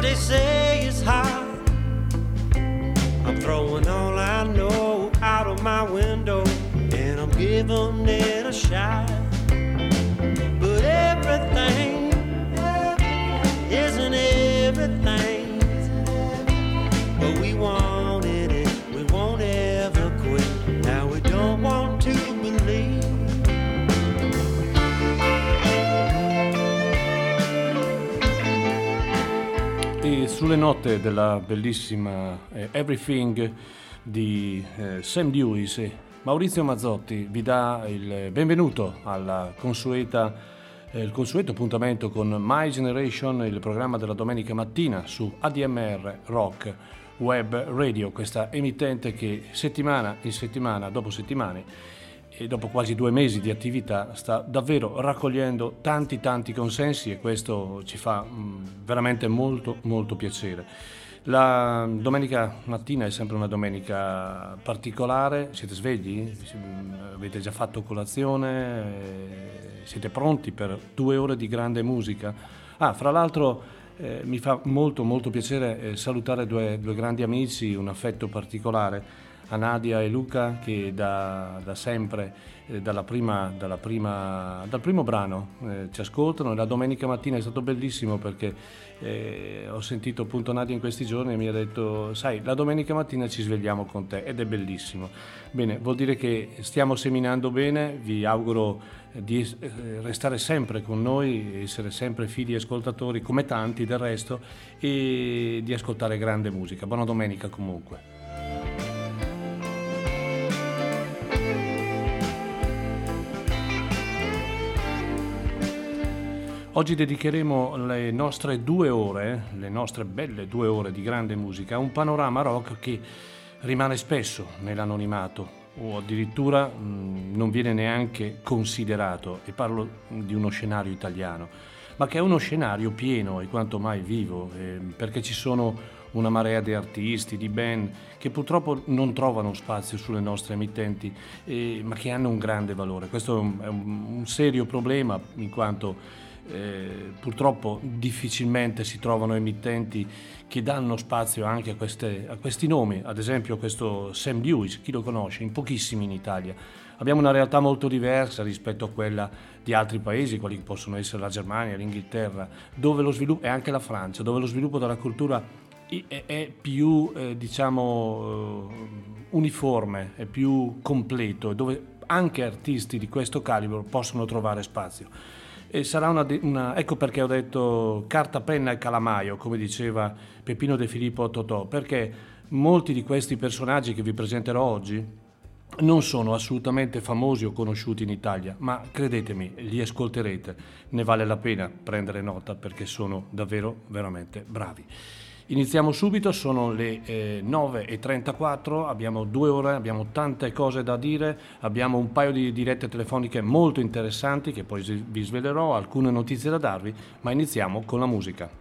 they say it's hot. I'm throwing all I know out of my window, and I'm giving it a shot. But everything isn't everything, but we wanted it, we won't ever quit. Now we don't want to believe. E sulle note della bellissima Everything di Sam Lewis, Maurizio Mazzotti vi dà il benvenuto al consueto appuntamento con My Generation, il programma della domenica mattina su ADMR Rock Web Radio, questa emittente che settimana in settimana, dopo settimane e dopo quasi 2 mesi di attività sta davvero raccogliendo tanti consensi, e questo ci fa veramente molto piacere. La domenica mattina è sempre una domenica particolare. Siete svegli? Avete già fatto colazione? Siete pronti per 2 ore di grande musica? Fra l'altro mi fa molto piacere salutare due grandi amici, un affetto particolare a Nadia e Luca, che da sempre, dal primo brano ci ascoltano. La domenica mattina è stato bellissimo perché ho sentito appunto Nadia in questi giorni e mi ha detto: sai, la domenica mattina ci svegliamo con te, ed è bellissimo. Bene, vuol dire che stiamo seminando bene. Vi auguro di restare sempre con noi, essere sempre fidi ascoltatori come tanti del resto, e di ascoltare grande musica. Buona domenica comunque. Oggi dedicheremo le nostre 2 ore, le nostre belle 2 ore di grande musica, a un panorama rock che rimane spesso nell'anonimato o addirittura non viene neanche considerato, e parlo di uno scenario italiano, ma che è uno scenario pieno e quanto mai vivo, perché ci sono una marea di artisti, di band che purtroppo non trovano spazio sulle nostre emittenti, ma che hanno un grande valore. Questo è un serio problema, in quanto purtroppo difficilmente si trovano emittenti che danno spazio anche a questi nomi. Ad esempio questo Sam Lewis, chi lo conosce? In pochissimi in Italia. Abbiamo una realtà molto diversa rispetto a quella di altri paesi, quali possono essere la Germania, l'Inghilterra, dove lo sviluppo, e anche la Francia, dove lo sviluppo della cultura è più uniforme, è più completo, dove anche artisti di questo calibro possono trovare spazio. E sarà ecco perché ho detto carta, penna e calamaio, come diceva Peppino De Filippo Totò, perché molti di questi personaggi che vi presenterò oggi non sono assolutamente famosi o conosciuti in Italia, ma credetemi, li ascolterete, ne vale la pena prendere nota perché sono davvero veramente bravi. Iniziamo subito, sono le 9:34, abbiamo 2 ore, abbiamo tante cose da dire, abbiamo un paio di dirette telefoniche molto interessanti che poi vi svelerò, alcune notizie da darvi, ma iniziamo con la musica.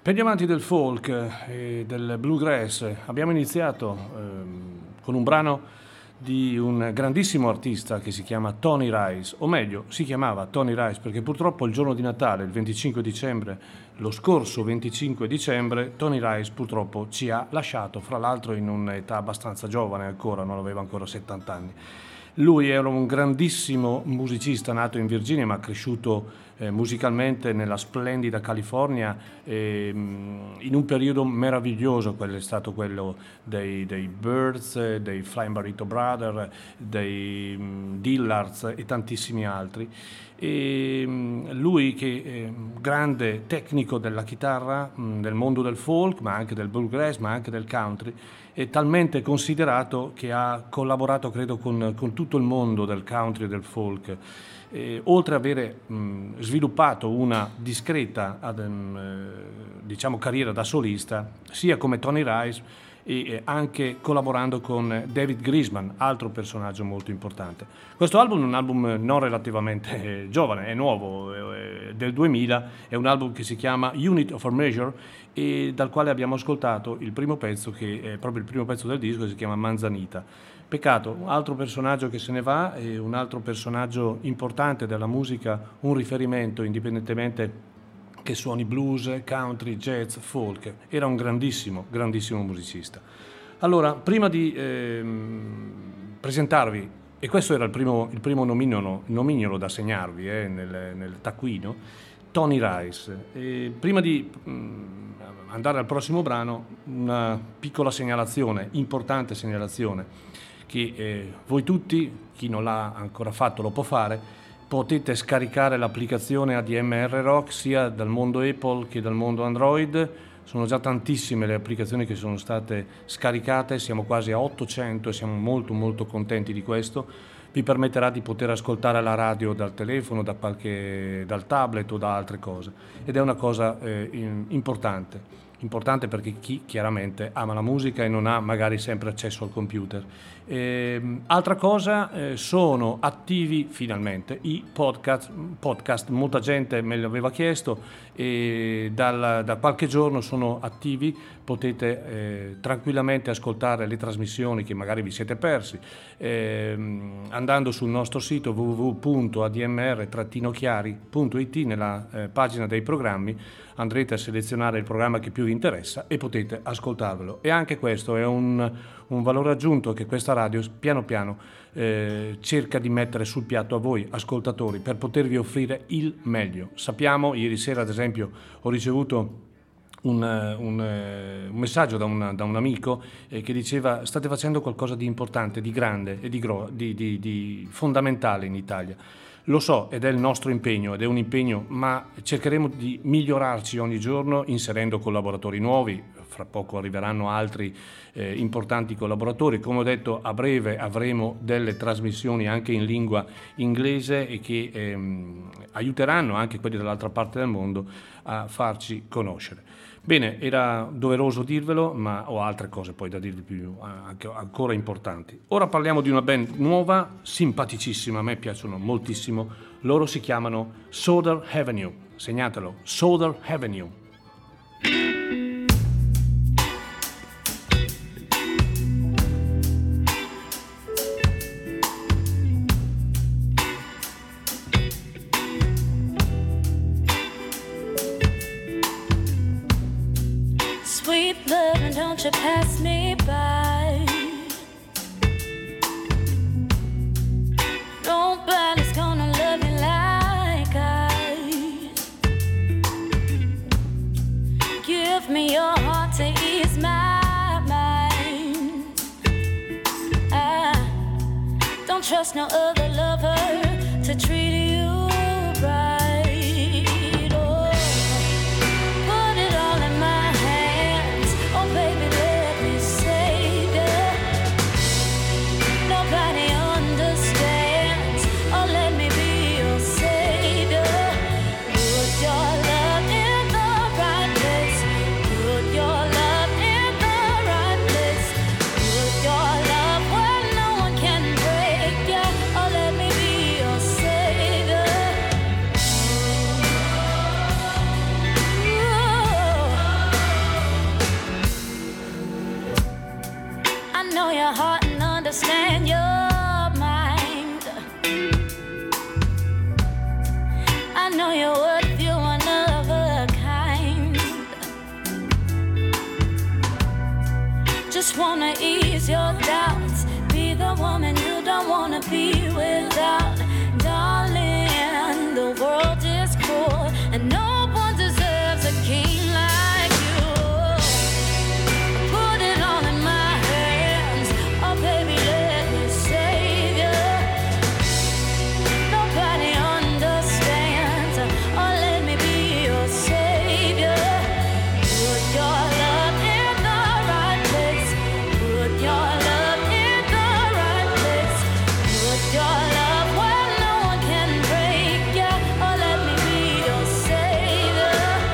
Per gli amanti del folk e del bluegrass abbiamo iniziato con un brano di un grandissimo artista che si chiama Tony Rice, o meglio si chiamava Tony Rice perché purtroppo il giorno di Natale, il 25 dicembre, lo scorso 25 dicembre, Tony Rice purtroppo ci ha lasciato, fra l'altro in un'età abbastanza giovane ancora, non aveva ancora 70 anni. Lui era un grandissimo musicista nato in Virginia ma cresciuto musicalmente nella splendida California in un periodo meraviglioso, quello è stato quello dei Byrds, dei Flying Burrito Brothers, dei Dillards e tantissimi altri. E lui che è grande tecnico della chitarra, del mondo del folk ma anche del bluegrass ma anche del country, è talmente considerato che ha collaborato credo con tutto il mondo del country e del folk. Oltre ad avere sviluppato una discreta diciamo carriera da solista sia come Tony Rice e anche collaborando con David Grisman, altro personaggio molto importante. Questo album è un album non relativamente giovane, è nuovo, è del 2000, è un album che si chiama Unit of a Measure e dal quale abbiamo ascoltato il primo pezzo, che è proprio il primo pezzo del disco, che si chiama Manzanita. Peccato, un altro personaggio che se ne va e un altro personaggio importante della musica, un riferimento indipendentemente che suoni blues, country, jazz, folk. Era un grandissimo, grandissimo musicista. Allora, prima di presentarvi, e questo era il primo nomignolo da segnarvi nel taccuino, Tony Rice. E prima di andare al prossimo brano, una piccola segnalazione, importante segnalazione, che voi tutti, chi non l'ha ancora fatto lo può fare. Potete scaricare l'applicazione ADMR Rock sia dal mondo Apple che dal mondo Android. Sono già tantissime le applicazioni che sono state scaricate, siamo quasi a 800 e siamo molto molto contenti di questo. Vi permetterà di poter ascoltare la radio dal telefono, dal tablet o da altre cose, ed è una cosa importante per chi chiaramente ama la musica e non ha magari sempre accesso al computer. Altra cosa, sono attivi finalmente i podcast, molta gente me l'aveva chiesto e da qualche giorno sono attivi, potete tranquillamente ascoltare le trasmissioni che magari vi siete persi andando sul nostro sito www.admr-chiari.it. nella pagina dei programmi andrete a selezionare il programma che più vi interessa e potete ascoltarvelo, e anche questo è un valore aggiunto che questa radio piano piano cerca di mettere sul piatto a voi ascoltatori per potervi offrire il meglio. Sappiamo, ieri sera ad esempio ho ricevuto un messaggio da un amico che diceva: state facendo qualcosa di importante, di grande e di fondamentale in Italia. Lo so, ed è il nostro impegno, ed è un impegno, ma cercheremo di migliorarci ogni giorno inserendo collaboratori nuovi. Fra poco arriveranno altri importanti collaboratori. Come ho detto, a breve avremo delle trasmissioni anche in lingua inglese e che aiuteranno anche quelli dall'altra parte del mondo a farci conoscere. Bene, era doveroso dirvelo, ma ho altre cose poi da dirvi più, anche ancora importanti. Ora parliamo di una band nuova, simpaticissima, a me piacciono moltissimo. Loro si chiamano Southern Avenue. Segnatelo, Southern Avenue. Don't you pass me by. Nobody's gonna love you like I. Give me your heart to ease my mind. I don't trust no other lover to treat you right. Say just wanna ease your doubts. Be the woman you don't wanna be without. Darling, the world is cruel and no one deserves a king like you. Put it all in my hands. Oh baby, let me save you. Nobody understands. Oh, let me be your savior. Put your love in the right place. Put your love in the right place. Put your love where no one can break ya. Oh, let me be your savior.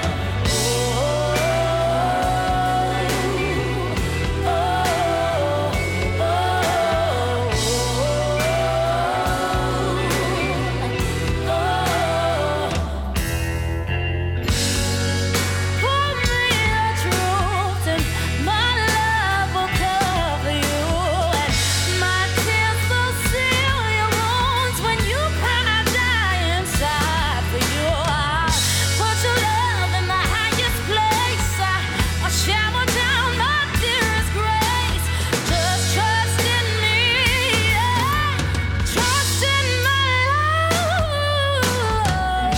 Put me your truth and my love will cover you, and my tears will seal your wounds when you cannot die inside for you. I'll put your love in the highest place. I'll shower down my dearest grace. Just trust in me, yeah. Trust in my love.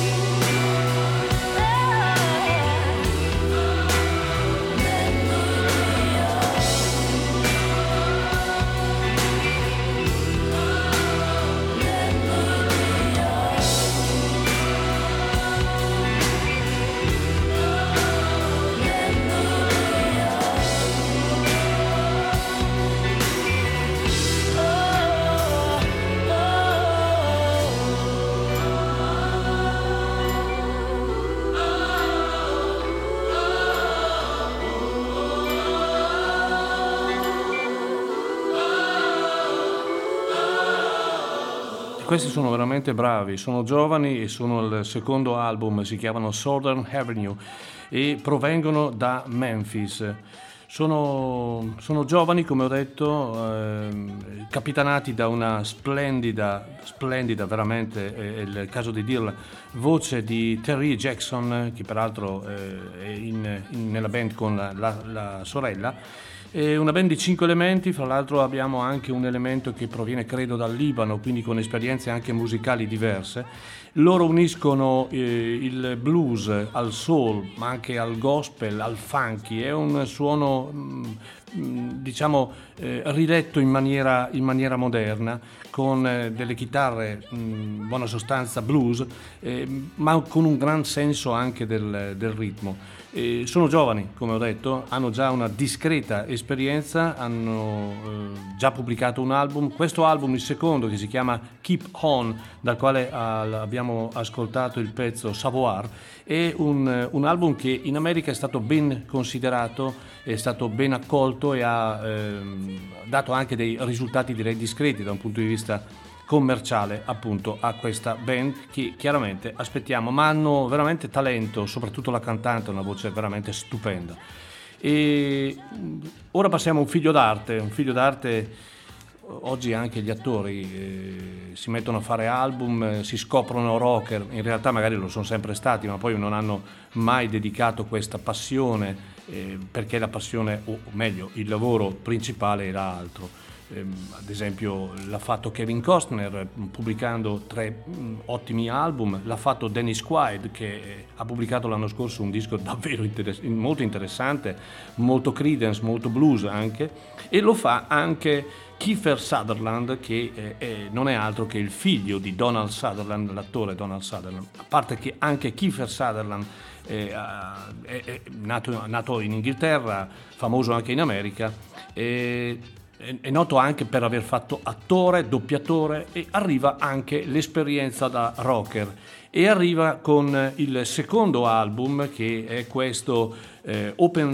Questi sono veramente bravi, sono giovani e sono il secondo album, si chiamano Southern Avenue e provengono da Memphis. Sono giovani, come ho detto, capitanati da una splendida veramente, è il caso di dirla, voce di Terry Jackson, che peraltro è nella band con la sorella. È una band di 5 elementi, fra l'altro abbiamo anche un elemento che proviene credo dal Libano, quindi con esperienze anche musicali diverse. Loro uniscono il blues al soul, ma anche al gospel, al funky. È un suono diciamo riletto in maniera moderna, con delle chitarre buona sostanza blues, ma con un gran senso anche del ritmo. Sono giovani, come ho detto, hanno già una discreta esperienza, hanno già pubblicato un album. Questo album, il secondo, che si chiama Keep On, dal quale abbiamo ascoltato il pezzo Savoir, è un album che in America è stato ben considerato, è stato ben accolto e ha dato anche dei risultati direi discreti da un punto di vista commerciale appunto a questa band, che chiaramente aspettiamo, ma hanno veramente talento, soprattutto la cantante ha una voce veramente stupenda. E ora passiamo a un figlio d'arte. Oggi anche gli attori si mettono a fare album, si scoprono rocker, in realtà magari lo sono sempre stati, ma poi non hanno mai dedicato questa passione, perché la passione, o meglio il lavoro principale era altro. Ad esempio l'ha fatto Kevin Costner pubblicando 3 ottimi album, l'ha fatto Dennis Quaid, che ha pubblicato l'anno scorso un disco davvero molto interessante, molto Creedence, molto blues anche, e lo fa anche Kiefer Sutherland, che non è altro che il figlio di Donald Sutherland, l'attore Donald Sutherland. A parte che anche Kiefer Sutherland è nato in Inghilterra, famoso anche in America, è noto anche per aver fatto attore, doppiatore, e arriva anche l'esperienza da rocker, e arriva con il secondo album, che è questo è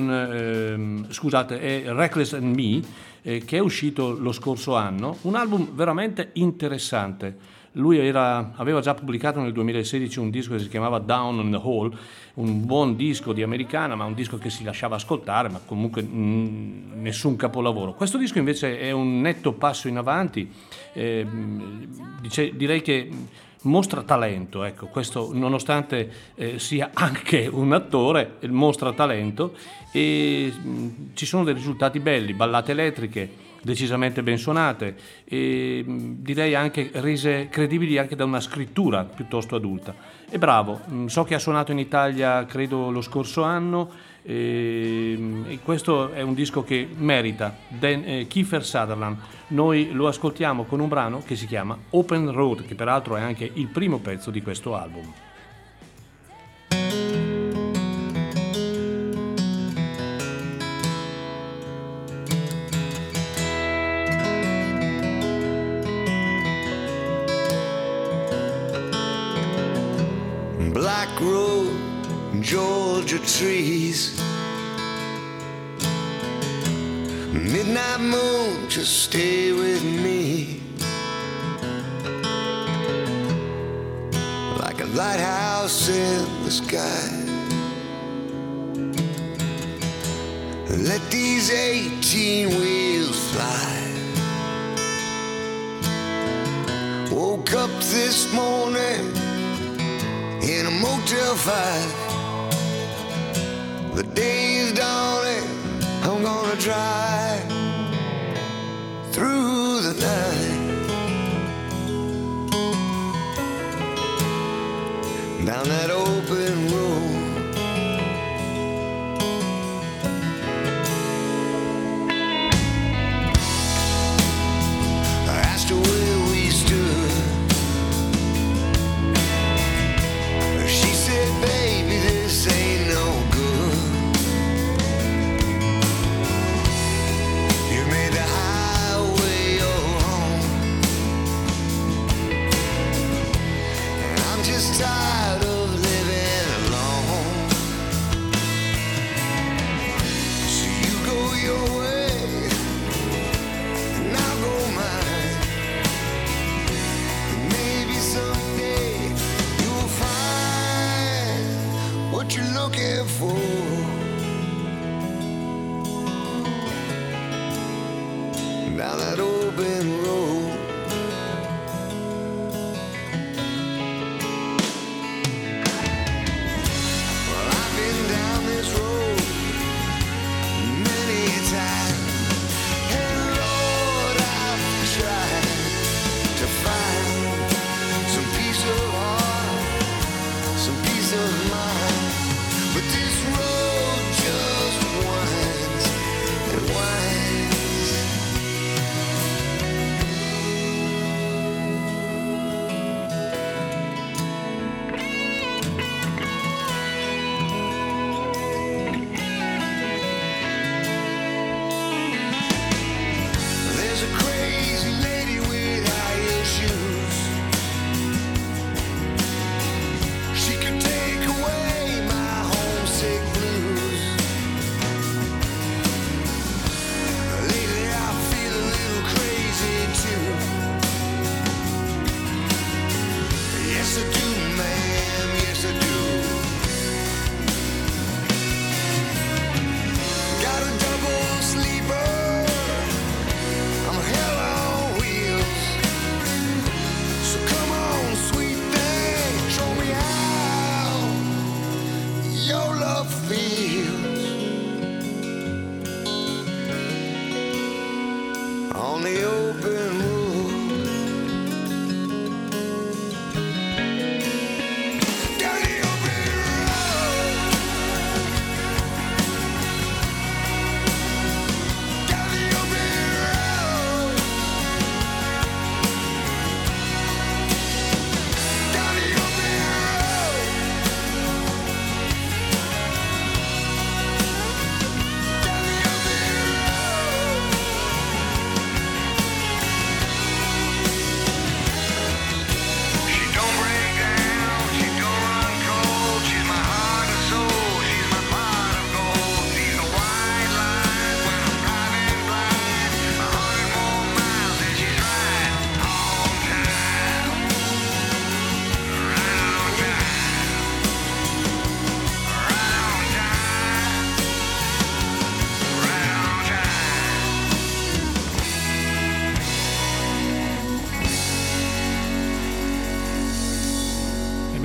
Reckless and Me, che è uscito lo scorso anno, un album veramente interessante. Lui aveva già pubblicato nel 2016 un disco che si chiamava Down in the Hall, un buon disco di Americana, ma un disco che si lasciava ascoltare, ma comunque nessun capolavoro. Questo disco invece è un netto passo in avanti, direi che mostra talento, ecco, questo nonostante sia anche un attore, mostra talento e ci sono dei risultati belli, ballate elettriche decisamente ben suonate e direi anche rese credibili anche da una scrittura piuttosto adulta. È bravo, so che ha suonato in Italia credo lo scorso anno e questo è un disco che merita. Kiefer Sutherland, noi lo ascoltiamo con un brano che si chiama Open Road, che peraltro è anche il primo pezzo di questo album. Black road, Georgia trees, midnight moon, just stay with me. Like a lighthouse in the sky, let these 18 wheels fly. Woke up this morning in a Motel 5. The day is dawning, I'm gonna drive through the night, down that open road. I asked her where we stood. She said, baby, this ain't no good. You made the highway your home, and I'm just tired of living alone. So you go your way, and I'll go mine. And maybe someday you'll find what you're looking for. Down that open road. Well, I've been down this road many times, and Lord, I've tried to find some peace of heart, some peace of mind, but this road just winds and winds. There's a crazy lady with high heel shoes. She could take away my homesick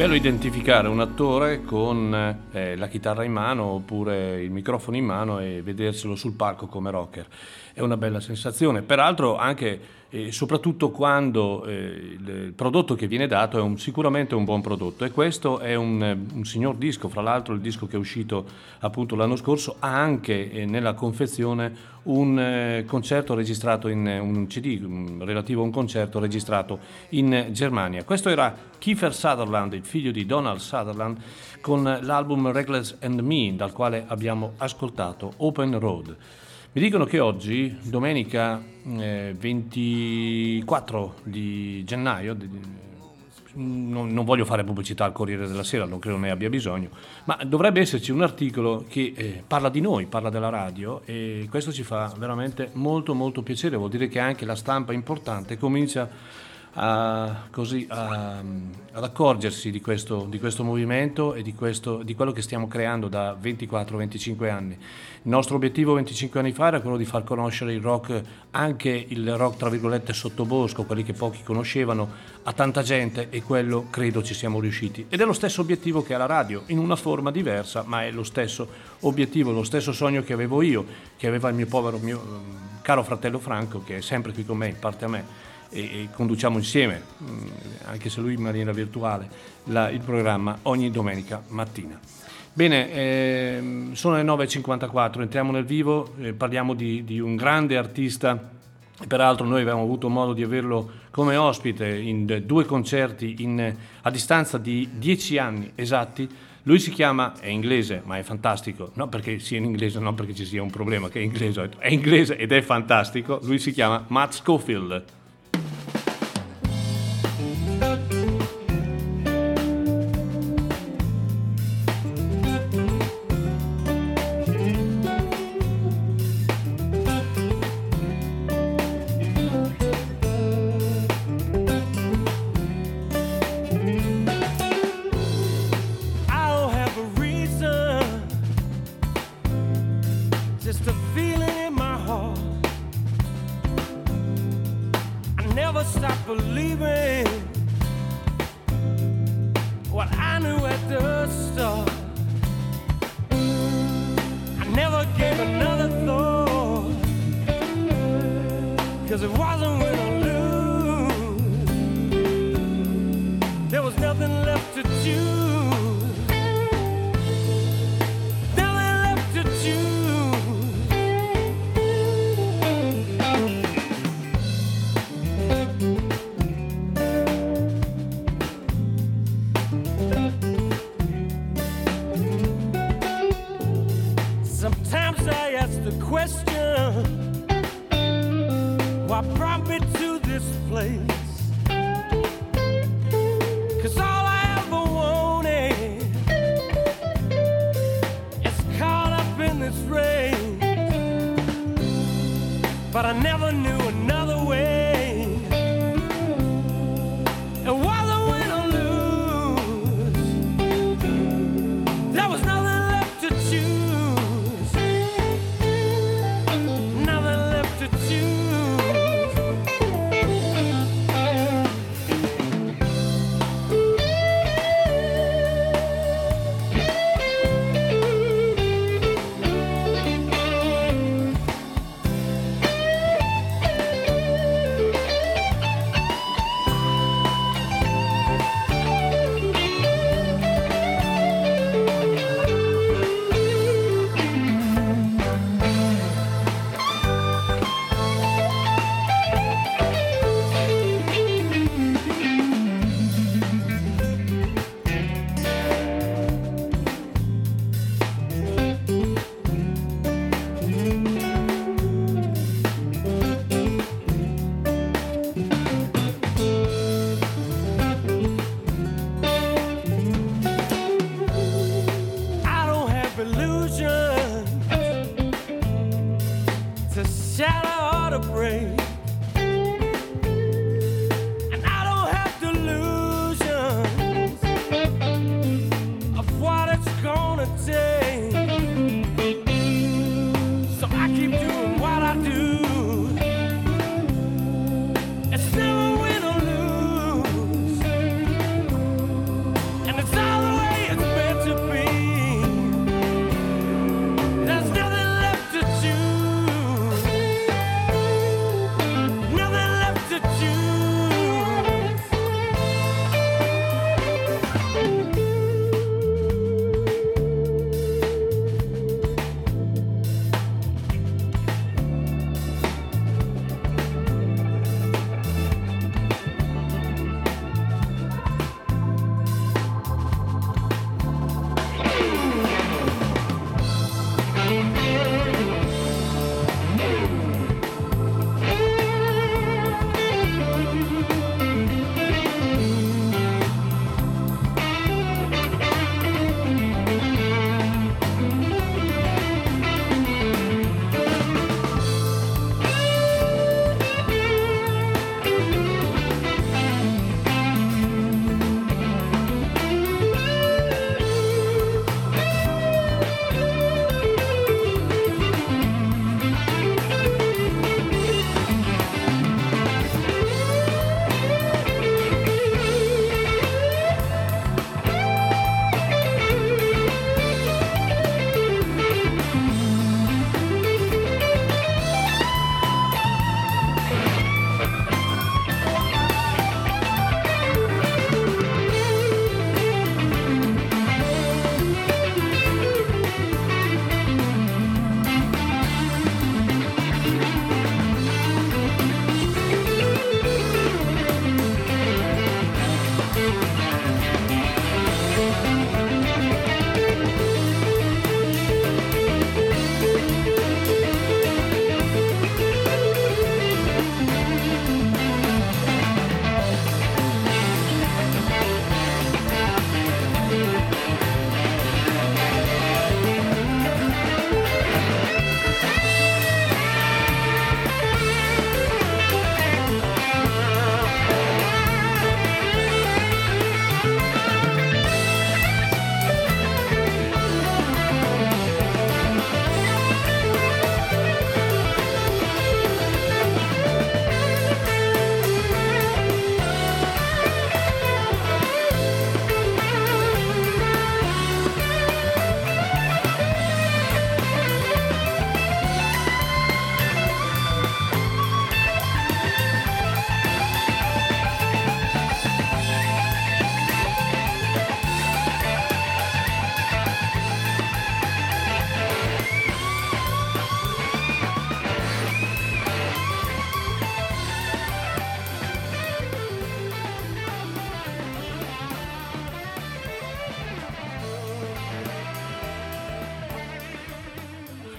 bello identificare un attore con la chitarra in mano oppure il microfono in mano e vederselo sul palco come rocker. È una bella sensazione, peraltro anche e soprattutto quando il prodotto che viene dato è sicuramente un buon prodotto, e questo è un signor disco. Fra l'altro il disco che è uscito appunto l'anno scorso ha anche nella confezione un concerto registrato in un CD relativo a un concerto registrato in Germania. Questo era Kiefer Sutherland, il figlio di Donald Sutherland, con l'album Reckless and Me, dal quale abbiamo ascoltato Open Road. Mi dicono che oggi, domenica 24 di gennaio, non voglio fare pubblicità al Corriere della Sera, non credo ne abbia bisogno, ma dovrebbe esserci un articolo che parla di noi, parla della radio, e questo ci fa veramente molto molto piacere. Vuol dire che anche la stampa importante comincia ad accorgersi di questo movimento e di quello che stiamo creando da 24-25 anni. Il nostro obiettivo 25 anni fa era quello di far conoscere il rock, anche il rock tra virgolette sottobosco, quelli che pochi conoscevano, a tanta gente, e quello credo ci siamo riusciti. Ed è lo stesso obiettivo che ha la radio, in una forma diversa, ma è lo stesso obiettivo, lo stesso sogno che avevo io, che aveva il mio caro fratello Franco, che è sempre qui con me, in parte a me, e conduciamo insieme, anche se lui in maniera virtuale, il programma ogni domenica mattina. Bene, sono le 9.54, entriamo nel vivo, parliamo di un grande artista. Peraltro noi avevamo avuto modo di averlo come ospite in 2 concerti a distanza di 10 anni esatti. Lui si chiama, è inglese, ma è fantastico, non perché sia in inglese, non perché ci sia un problema che è inglese ed è fantastico. Lui si chiama Matt Schofield.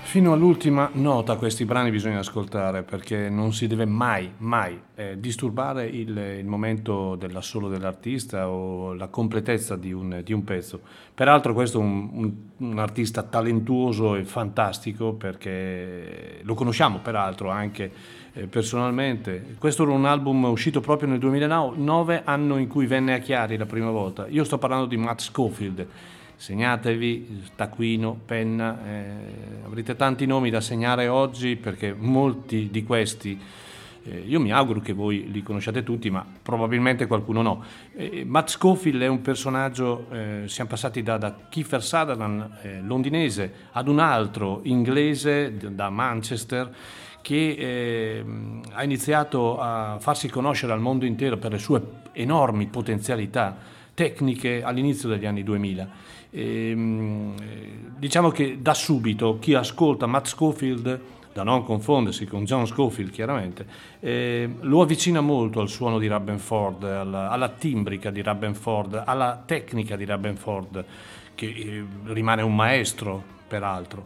Fino all'ultima nota questi brani bisogna ascoltare, perché non si deve mai disturbare il momento dell'assolo dell'artista o la completezza di un pezzo. Peraltro questo è un artista talentuoso e fantastico, perché lo conosciamo peraltro anche personalmente. Questo era un album uscito proprio nel 2009, anno in cui venne a Chiari la prima volta. Io sto parlando di Matt Scofield. Segnatevi, taccuino, penna, avrete tanti nomi da segnare oggi, perché molti di questi io mi auguro che voi li conosciate tutti, ma probabilmente qualcuno no. Matt Scofield è un personaggio, siamo passati da Kiefer Sutherland, londinese, ad un altro inglese da Manchester, che ha iniziato a farsi conoscere al mondo intero per le sue enormi potenzialità tecniche all'inizio degli anni 2000. Diciamo che da subito chi ascolta Matt Scofield, da non confondersi con John Scofield chiaramente, lo avvicina molto al suono di Rabenford, alla timbrica di Rabenford, alla tecnica di Rabenford, che rimane un maestro peraltro.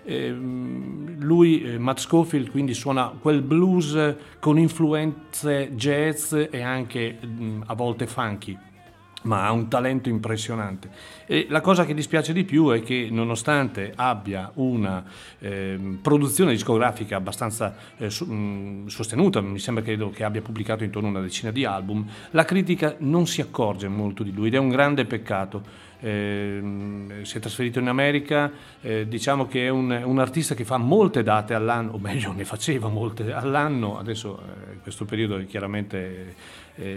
Lui, Matt Scofield, quindi suona quel blues con influenze jazz e anche a volte funky, ma ha un talento impressionante. E la cosa che dispiace di più è che, nonostante abbia una produzione discografica abbastanza sostenuta, mi sembra che abbia pubblicato intorno a una decina di album, la critica non si accorge molto di lui, ed è un grande peccato. Si è trasferito in America, diciamo che è un artista che fa molte date all'anno, o meglio ne faceva molte all'anno. Adesso in questo periodo chiaramente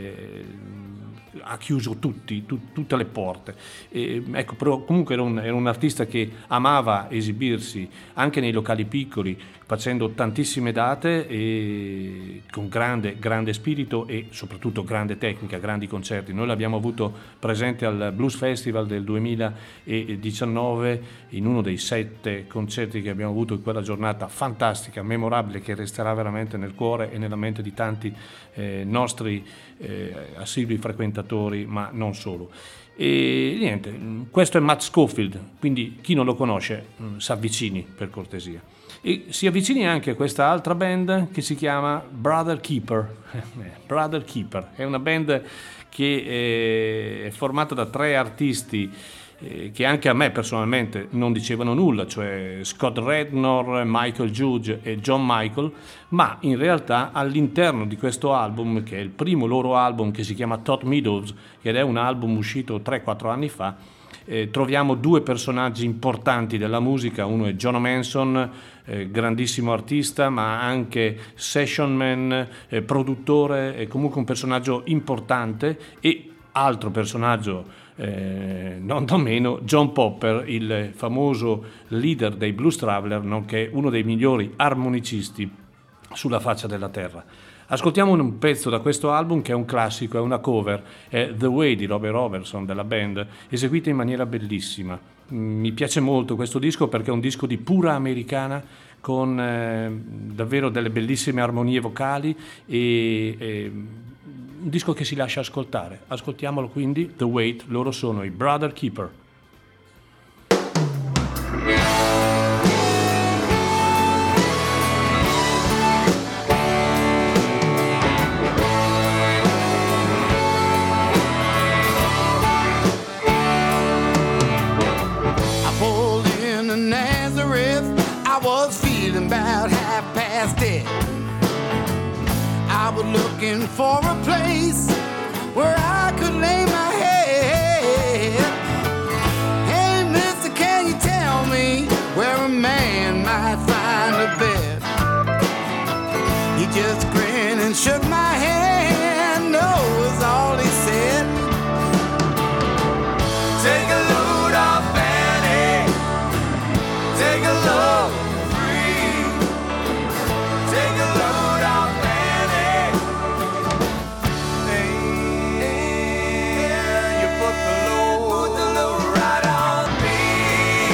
ha chiuso tutte le porte, ecco, però comunque era un artista che amava esibirsi anche nei locali piccoli, facendo tantissime date e con grande spirito e soprattutto grande tecnica, grandi concerti. Noi l'abbiamo avuto presente al Blues Festival del 2019, in uno dei 7 concerti che abbiamo avuto in quella giornata fantastica, memorabile, che resterà veramente nel cuore e nella mente di tanti nostri assidui frequentatori, ma non solo. E niente, questo è Matt Scofield, quindi chi non lo conosce si avvicini per cortesia, e si avvicini anche a questa altra band che si chiama Brother Keeper. Brother Keeper è una band che è formata da 3 artisti che anche a me personalmente non dicevano nulla, cioè Scott Rednor, Michael Judge e John Michael, ma in realtà all'interno di questo album, che è il primo loro album, che si chiama Todd Meadows, ed è un album uscito 3-4 anni fa, troviamo 2 personaggi importanti della musica. Uno è John Manson, grandissimo artista, ma anche session man, produttore, è comunque un personaggio importante, e altro personaggio non da meno, John Popper, il famoso leader dei Blues Traveler, nonché uno dei migliori armonicisti sulla faccia della terra. Ascoltiamo un pezzo da questo album che è un classico, è una cover, è The Way di Robbie Robertson della band, eseguita in maniera bellissima. Mi piace molto questo disco perché è un disco di pura americana, con davvero delle bellissime armonie vocali e un disco che si lascia ascoltare. Ascoltiamolo quindi, The Wait, loro sono i Brother Keeper. I pulled into Nazareth, I was feeling about 10:30. I was looking for a place where I could lay my head. Hey, mister, can you tell me where a man might find a bed? He just grinned and shook my hand, no was all he said. Take a load off Fanny, take a load free, take a load off Fanny. You put the load right on me.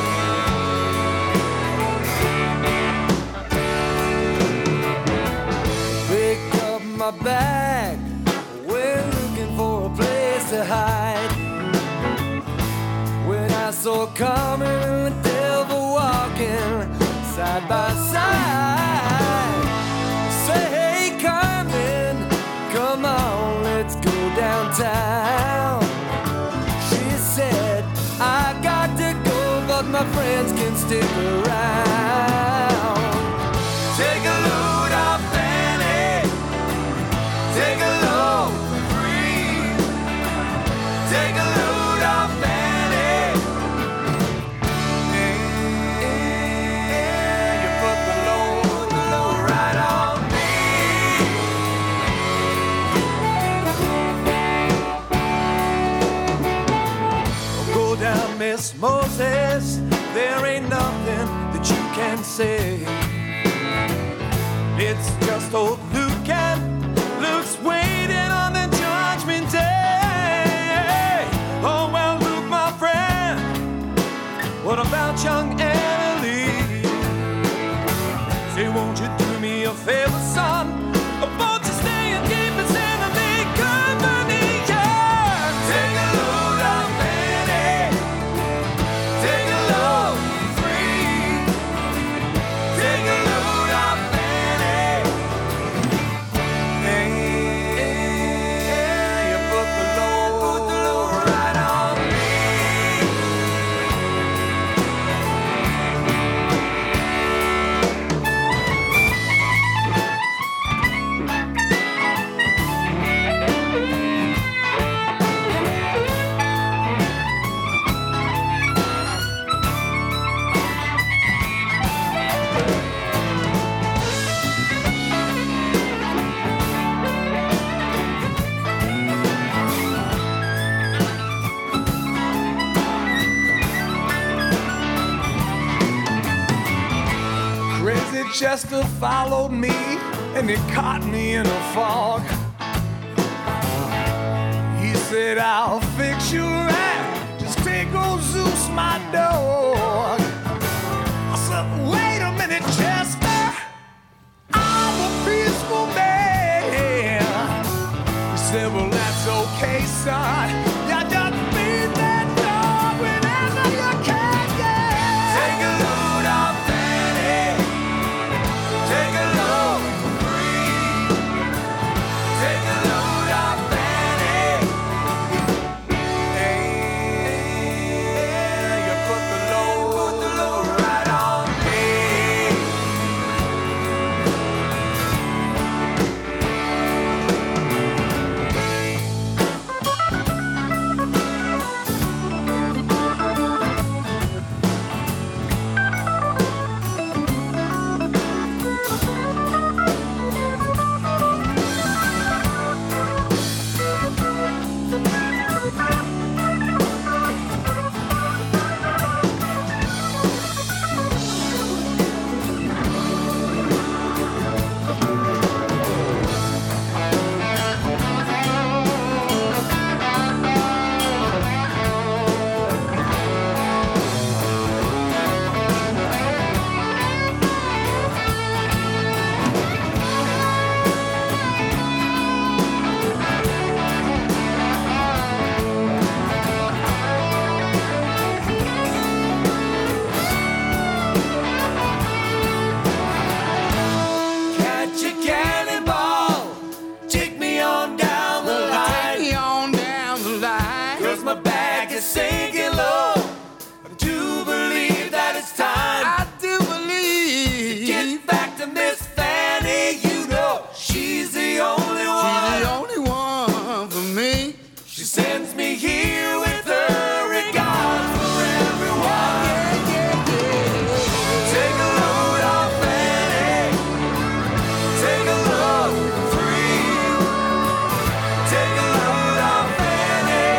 Pick up my bag, we're looking for a place to hide. When I saw coming, the devil walking, side by side. Say, hey, Carmen, come on, let's go downtown. She said, I got to go, but my friends can stick around. Take a load off Fanny, take a load free, take a load off Fanny. You put the load right on me. Go down, Miss Moses, there ain't nothing that you can say. It's just old Luke, and Luke's waiting on the judgment day. Oh, well, Luke, my friend, what about young Emily? Say, won't you do me a favor, son? Or won't you stay and keep us enemy company? Yeah. Take a load off Fanny, take a load free, take a load off Fanny. You put the load right on me. Crazy Chester followed me and he caught me in a fog. He said, I'll fix you right, just take old Zeus, my dog. I said, wait a minute, Chester, I'm a peaceful man. He said, well, that's okay, son. You just feed that dog whenever you can, yeah. Take a load off Fanny, take a load free, take a load off Fanny. You put the load right on me. Catch a cannonball, take me on down the line. Take me on down the line. 'Cause my back is sinking low. I do believe that it's time I do believe get back to Miss Fanny. You know she's the only one. she's the only one for me. She sends me here with her regards for everyone. Take a load off Fanny, take a load free, take a load off Fanny.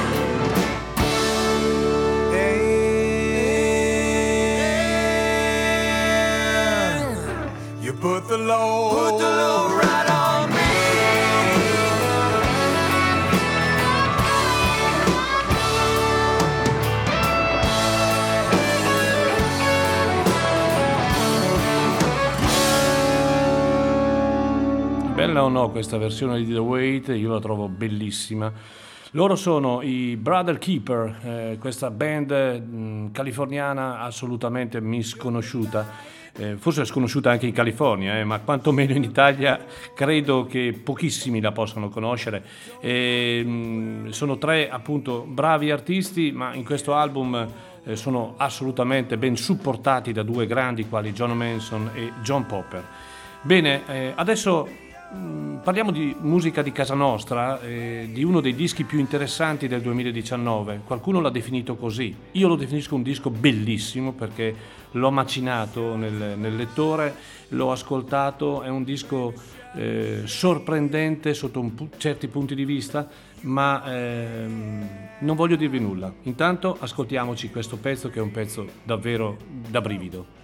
You put the load right on me. Bella o no questa versione di The Wait? Io la trovo bellissima. Loro sono i Brother Keeper, questa band californiana assolutamente misconosciuta. forse è sconosciuta anche in California, ma quantomeno in Italia credo che pochissimi la possano conoscere. Sono tre appunto bravi artisti, ma in questo album sono assolutamente ben supportati da due grandi quali John Manson e John Popper. Bene, adesso parliamo di musica di casa nostra, di uno dei dischi più interessanti del 2019. Qualcuno l'ha definito così, io lo definisco un disco bellissimo perché l'ho macinato nel lettore, l'ho ascoltato, è un disco sorprendente sotto certi punti di vista, ma non voglio dirvi nulla. Intanto ascoltiamoci questo pezzo, che è un pezzo davvero da brivido.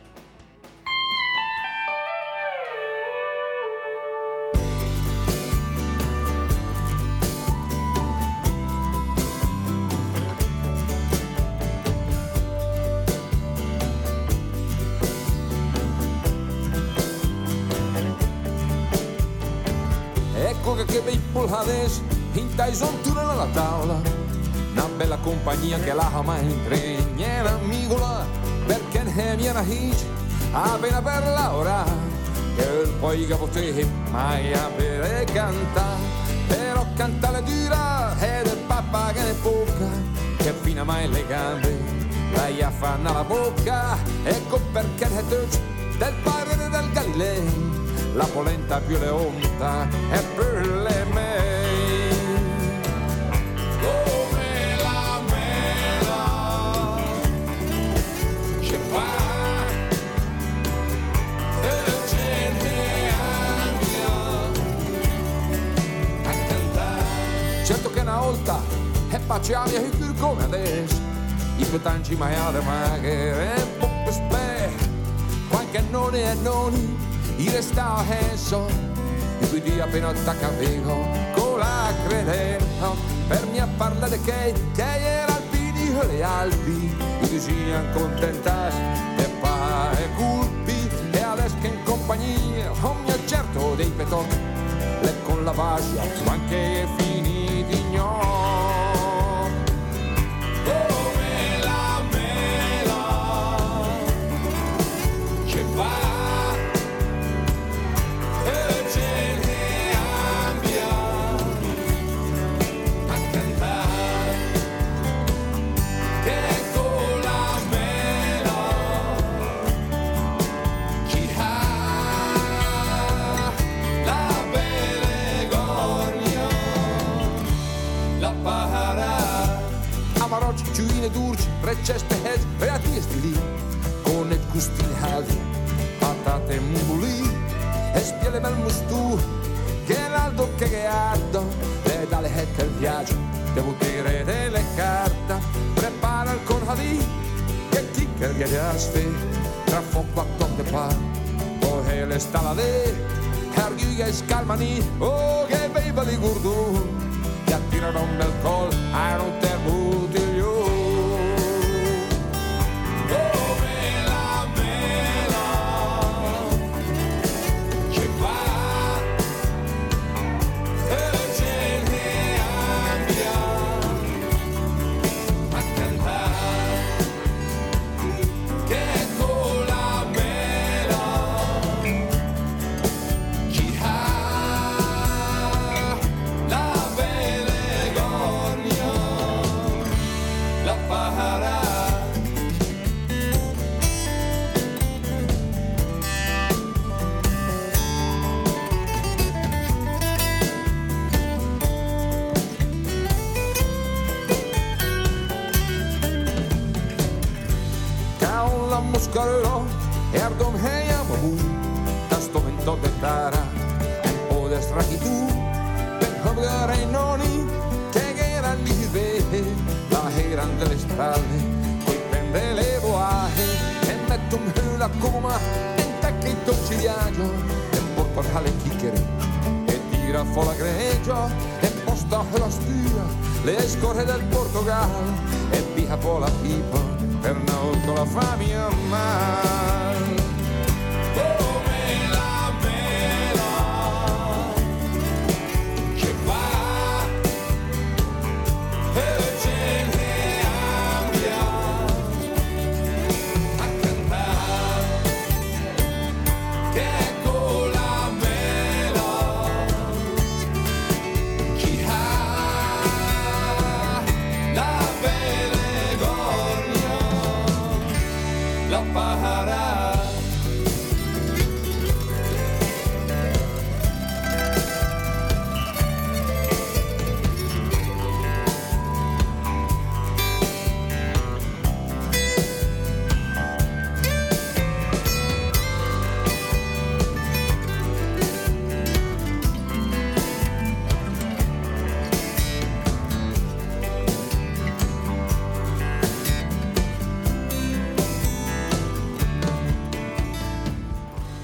Che bei polhades in Tyson tu nella tavola, una bella compagnia che la mai intregna amicola, perché ne mi era hitch appena per Laura, che poi che potevi mai avere cantare, però cantare dura è del papà che ne bocca, che fino mai le gambe lei affanna la bocca, ecco perché è del padre del Galileo, la polenta più leonta è per le mei, come la mela ci fa e ce ne a cantare. Certo che una volta è paciaia e più come adesso, i petanci maiale maghere e poppe spe, qualche noni e noni i resta adesso, i cui dia appena attaccavevo con la credenza, per mi a parlare che era alpini e le Alpi, i vicini accontentati e pa e culpi, e adesso che in compagnia non mi accerto dei petocchi, le con la vascia, ma anche finiti no. Come la mela ci va. Ciuine durci, receste hez, reatiesti lì, con il gustine halvi, patate e mumbuli, e spiele mel mustu, che l'aldo che ardo, le dalle hecche il viaggio, devo dire delle carte, prepara il conhadi, che kicker che aspe, tra fuoco a tonde pa, poi le stalade, carghiga e scalmani, oh che beva li gurdu, che attirano un bel col, a non te buti. Muscarello e ardom heiamo bu, tasto vento de tara, e po de straki tu, ben hobgare i noni, che eran di vede, la eran delle strade, coi prende le boahe, e metto un hula coma, e tacchetto ci viaggio, e porto alle chicchere, e tira fuori la greggio, e posta la stia, le scorre del Portogallo, e via po' la pipa, per noi con la famiglia mai. Come la mela che va e ce ne abbia a cantare,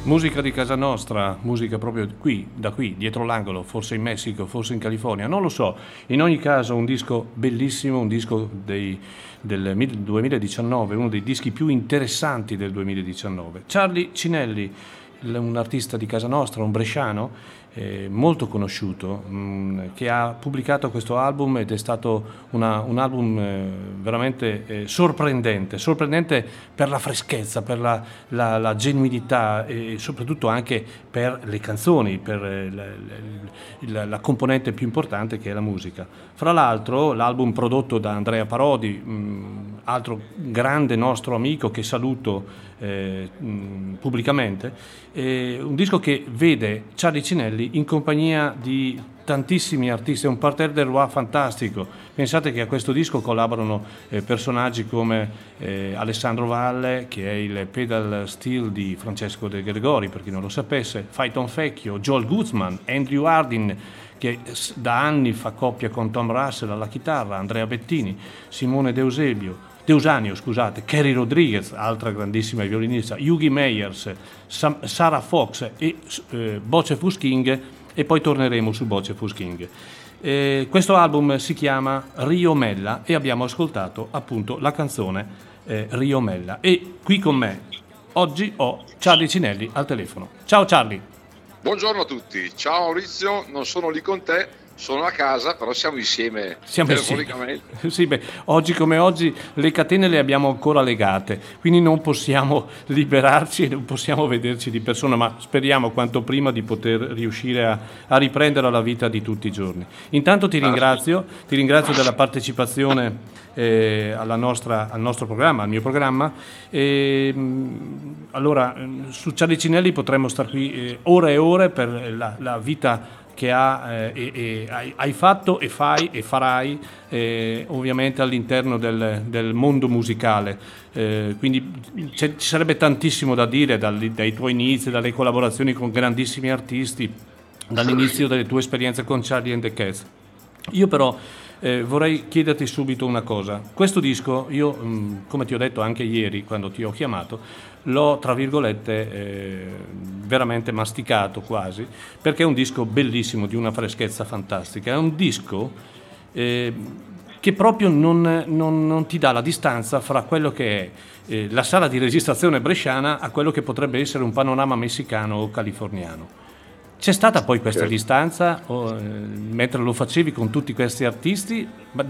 Musica di casa nostra, musica proprio qui, da qui, dietro l'angolo, forse in Messico, forse in California, non lo so. In ogni caso un disco bellissimo, un disco del 2019, uno dei dischi più interessanti del 2019. Charlie Cinelli, un artista di casa nostra, un bresciano, molto conosciuto, che ha pubblicato questo album ed è stato un album veramente sorprendente per la freschezza, per la genuinità e soprattutto anche per le canzoni, per la componente più importante che è la musica. Fra l'altro l'album prodotto da Andrea Parodi, altro grande nostro amico che saluto pubblicamente, un disco che vede Charlie Cinelli in compagnia di tantissimi artisti, è un parterre de roi fantastico. Pensate che a questo disco collaborano personaggi come Alessandro Valle, che è il pedal steel di Francesco De Gregori, per chi non lo sapesse, Phaeton Fecchio, Joel Guzman, Andrew Hardin, che da anni fa coppia con Tom Russell alla chitarra, Andrea Bettini, Simone Deusanio, Kerry Rodriguez, altra grandissima violinista, Yugi Meyers, Sarah Fox e Bocephus King, e poi torneremo su Bocephus King. Questo album si chiama Rio Mella e abbiamo ascoltato appunto la canzone Rio Mella. E qui con me oggi ho Charlie Cinelli al telefono. Ciao Charlie. Buongiorno a tutti, ciao Maurizio, non sono lì con te, sono a casa, però siamo insieme telefonicamente. Sì, oggi come oggi le catene le abbiamo ancora legate, quindi non possiamo liberarci e non possiamo vederci di persona, ma speriamo quanto prima di poter riuscire a riprendere la vita di tutti i giorni. Intanto ti ringrazio della partecipazione al nostro programma, al mio programma. Allora, su Charlie Cinelli potremmo star qui ore e ore per la vita che hai fatto e fai e farai ovviamente all'interno del mondo musicale, quindi ci sarebbe tantissimo da dire dai tuoi inizi, dalle collaborazioni con grandissimi artisti, dall'inizio delle tue esperienze con Charlie and the Cats. Io però vorrei chiederti subito una cosa. Questo disco io, come ti ho detto anche ieri quando ti ho chiamato, l'ho tra virgolette veramente masticato quasi, perché è un disco bellissimo, di una freschezza fantastica. È un disco che proprio non ti dà la distanza fra quello che è la sala di registrazione bresciana a quello che potrebbe essere un panorama messicano o californiano. C'è stata poi questa distanza mentre lo facevi con tutti questi artisti?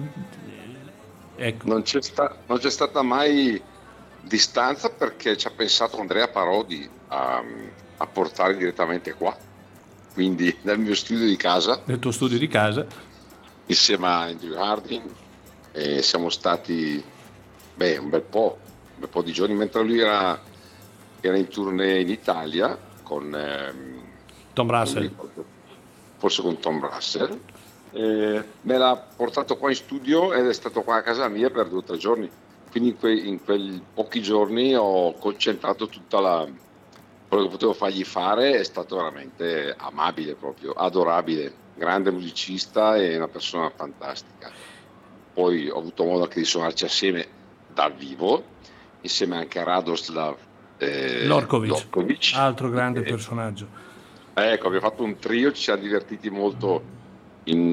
Ecco. Non c'è stata mai distanza, perché ci ha pensato Andrea Parodi a portare direttamente qua, quindi nel mio studio di casa. Nel tuo studio di casa? Insieme a Andrew Hardin, e siamo stati un bel po' di giorni, mentre lui era in tournée in Italia con Tom Russell. Forse con Tom Russell. Me l'ha portato qua in studio ed è stato qua a casa mia per 2 o 3 giorni. Quindi in quei pochi giorni ho concentrato quello che potevo fargli fare. È stato veramente amabile, proprio adorabile, grande musicista e una persona fantastica. Poi ho avuto modo anche di suonarci assieme dal vivo, insieme anche a Radoslav Lorkovic, altro grande personaggio. Ecco, abbiamo fatto un trio, ci siamo divertiti molto in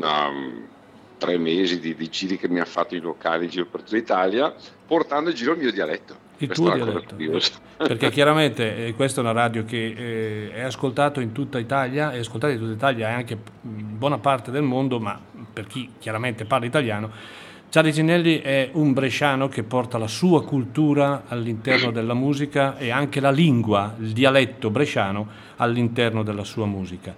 3 mesi di giri che mi ha fatto in locali in giro per tutta Italia, portando in giro il mio dialetto. Il tuo dialetto, perché chiaramente questa è una radio che è ascoltata in tutta Italia, e anche in buona parte del mondo, ma per chi chiaramente parla italiano. Charlie Cinelli è un bresciano che porta la sua cultura all'interno della musica e anche la lingua, il dialetto bresciano all'interno della sua musica.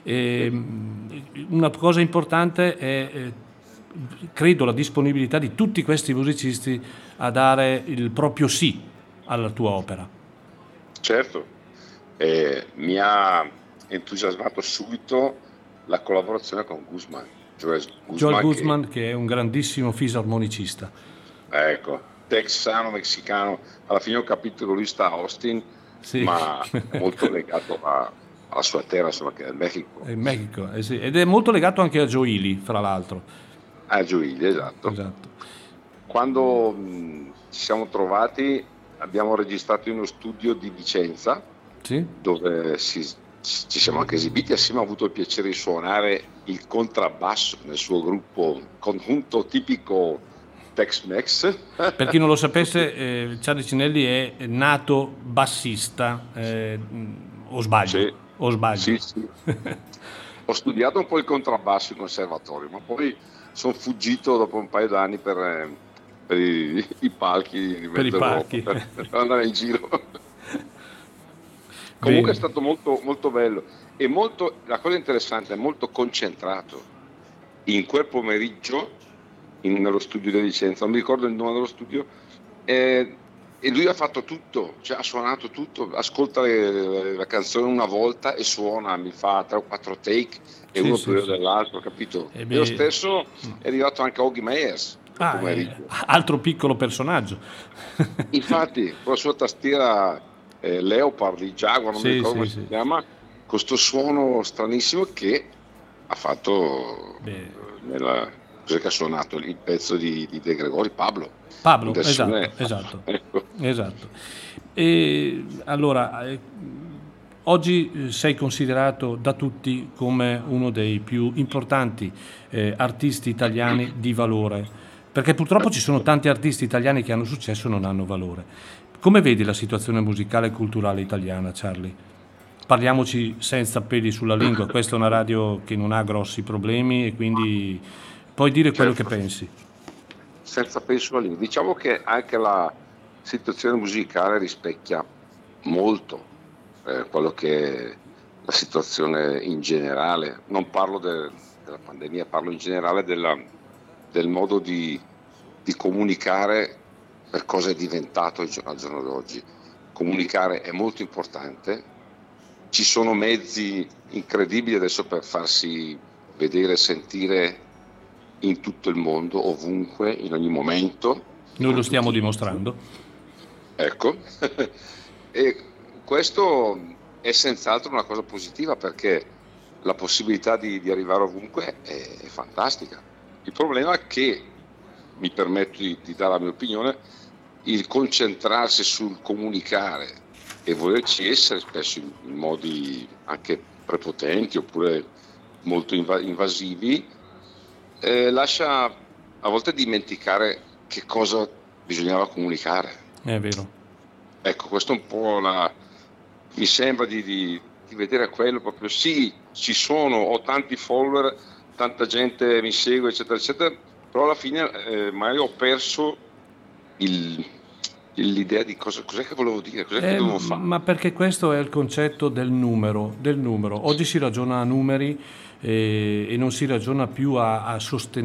Una cosa importante è, credo, la disponibilità di tutti questi musicisti a dare il proprio sì alla tua opera. Certo, mi ha entusiasmato subito la collaborazione con Guzman. Joel Guzman, che è un grandissimo fisarmonicista. Ecco, texano, messicano. Alla fine ho capito che lui sta a Austin, sì. Ma è molto legato alla sua terra, insomma, che è il Mexico. Il Mexico, sì. Ed è molto legato anche a Gioili, fra l'altro. A Gioili, esatto. Quando ci siamo trovati, abbiamo registrato in uno studio di Vicenza, sì? dove ci siamo anche esibiti assieme. Ho avuto il piacere di suonare il contrabbasso nel suo gruppo conjunto tipico Tex-Mex. Per chi non lo sapesse, Charlie Cinelli è nato bassista, o sbaglio? Sì. O sbaglio? Sì. Ho studiato un po' il contrabbasso in conservatorio, ma poi sono fuggito dopo un paio d'anni per i palchi di Per i Mezzo palchi. Europa, per andare in giro. Comunque è stato molto, molto bello e la cosa interessante è molto concentrato in quel pomeriggio nello studio di Vicenza, non mi ricordo il nome dello studio, e lui ha fatto tutto, cioè ha suonato tutto, ascolta la canzone una volta e suona, mi fa 3 o 4 take e uno più dell'altro, capito? E lo stesso è arrivato anche a Oggy Meyers. Altro piccolo personaggio. Infatti con la sua tastiera Leopard di Jaguar, non mi ricordo come si chiama, questo suono stranissimo che ha fatto cos'è che ha suonato il pezzo di De Gregori, Pablo, esatto. Ecco. Esatto. E allora oggi sei considerato da tutti come uno dei più importanti artisti italiani di valore, perché purtroppo ci sono tanti artisti italiani che hanno successo e non hanno valore. Come vedi la situazione musicale e culturale italiana, Charlie? Parliamoci senza peli sulla lingua, questa è una radio che non ha grossi problemi e quindi puoi dire quello che pensi. Senza peli sulla lingua. Diciamo che anche la situazione musicale rispecchia molto quello che è la situazione in generale. Non parlo della pandemia, parlo in generale del modo di comunicare, per cosa è diventato al giorno d'oggi. Comunicare è molto importante, ci sono mezzi incredibili adesso per farsi vedere e sentire in tutto il mondo, ovunque, in ogni momento. Noi lo stiamo dimostrando. Ecco, e questo è senz'altro una cosa positiva, perché la possibilità di arrivare ovunque è fantastica. Il problema è che, mi permetto di dare la mia opinione, il concentrarsi sul comunicare e volerci essere spesso in modi anche prepotenti oppure molto invasivi lascia a volte dimenticare che cosa bisognava comunicare. È vero. Ecco, questo è un po' mi sembra di vedere quello proprio. Sì, ho tanti follower, tanta gente mi segue, eccetera, eccetera, però alla fine magari ho perso l'idea di cos'è che volevo dire, cos'è che dovevo fare. Ma perché questo è il concetto del numero. Oggi si ragiona a numeri e non si ragiona più al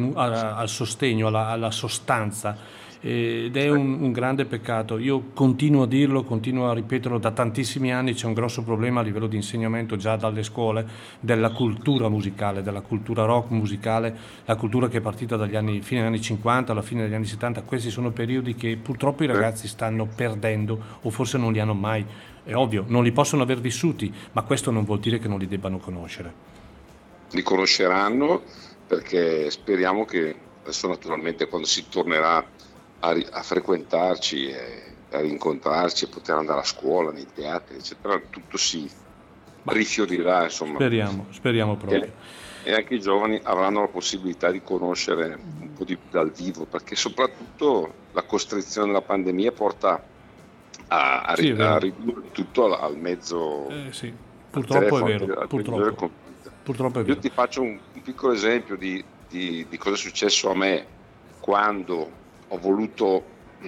sostegno, alla sostanza, ed è un grande peccato. Io continuo a dirlo, continuo a ripeterlo da tantissimi anni. C'è un grosso problema a livello di insegnamento già dalle scuole della cultura musicale, della cultura rock musicale, la cultura che è partita fine degli anni 50 alla fine degli anni 70. Questi sono periodi che purtroppo i ragazzi stanno perdendo, o forse non li hanno mai, è ovvio, non li possono aver vissuti, ma questo non vuol dire che non li debbano conoscere. Li conosceranno, perché speriamo che adesso, naturalmente, quando si tornerà a frequentarci e a rincontrarci e poter andare a scuola, nei teatri, eccetera, tutto si rifiorirà, insomma. Speriamo proprio. E anche i giovani avranno la possibilità di conoscere un po' di più dal vivo, perché soprattutto la costrizione della pandemia porta a ridurre tutto al mezzo. Sì. Purtroppo è vero. Purtroppo è vero. Io ti faccio un piccolo esempio di cosa è successo a me quando ho voluto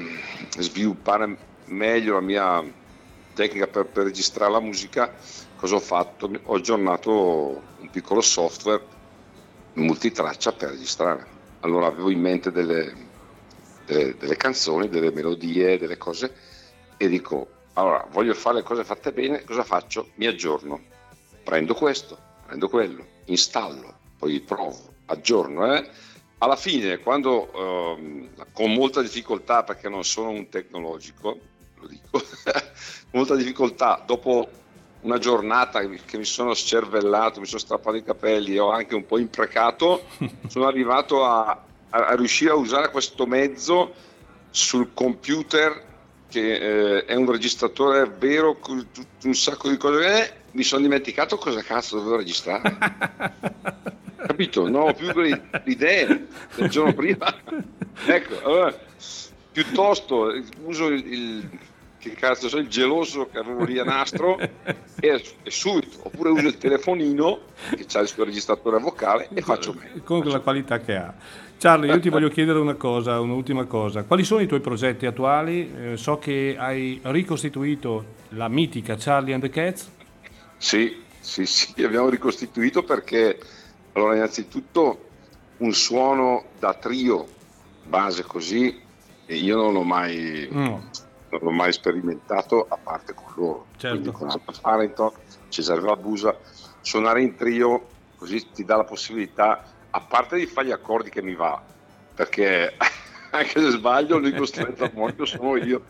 sviluppare meglio la mia tecnica per registrare la musica. Cosa ho fatto? Ho aggiornato un piccolo software multitraccia per registrare. Allora avevo in mente delle canzoni, delle melodie, delle cose, e dico, allora voglio fare le cose fatte bene, cosa faccio? Mi aggiorno, prendo questo, prendo quello, installo, poi provo, aggiorno. Alla fine, quando con molta difficoltà, perché non sono un tecnologico, lo dico, con molta difficoltà, dopo una giornata che mi sono scervellato, mi sono strappato i capelli, ho anche un po' imprecato, sono arrivato a riuscire a usare questo mezzo sul computer che è un registratore vero con un sacco di cose, mi sono dimenticato cosa cazzo dovevo registrare. Capito? Non ho più le idee del giorno prima. Ecco, allora, piuttosto uso che cazzo so, il geloso che avevo lì a nastro e subito, oppure uso il telefonino che ha il suo registratore vocale e faccio meglio. Con la qualità che ha. Charlie, io ti voglio chiedere un'ultima cosa. Quali sono i tuoi progetti attuali? So che hai ricostituito la mitica Charlie and the Cats. Sì, abbiamo ricostituito perché, allora, innanzitutto un suono da trio base così, e io non l'ho mai sperimentato a parte con loro. Certo. Quindi con Alfa Farenton, Cesare Labusa, suonare in trio così ti dà la possibilità, a parte di fare gli accordi che mi va, perché anche se sbaglio l'unico strumento armonico sono io,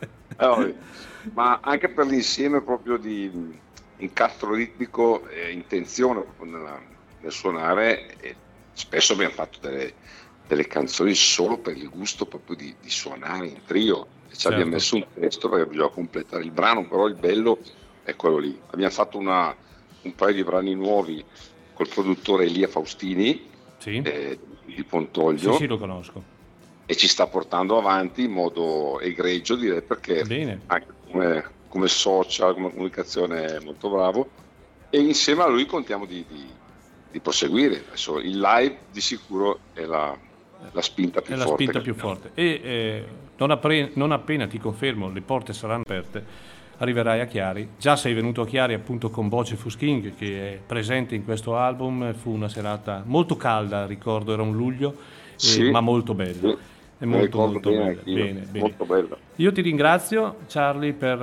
ma anche per l'insieme proprio di incastro ritmico e intenzione nel suonare, e spesso abbiamo fatto delle canzoni solo per il gusto proprio di suonare in trio, e ci abbiamo messo un testo perché bisogna completare il brano, però il bello è quello lì. Abbiamo fatto un paio di brani nuovi col produttore Elia Faustini, di Pontoglio. Sì, lo conosco. E ci sta portando avanti in modo egregio, direi, perché anche come social, come comunicazione è molto bravo, e insieme a lui contiamo di proseguire. Adesso il live di sicuro è la spinta più forte. La spinta più forte. E non appena, ti confermo, le porte saranno aperte, arriverai a Chiari. Già sei venuto a Chiari appunto con Boce Fusking, che è presente in questo album. Fu una serata molto calda, ricordo, era un luglio, ma molto bella. Sì. È molto bene. Molto bella. Io ti ringrazio, Charlie, per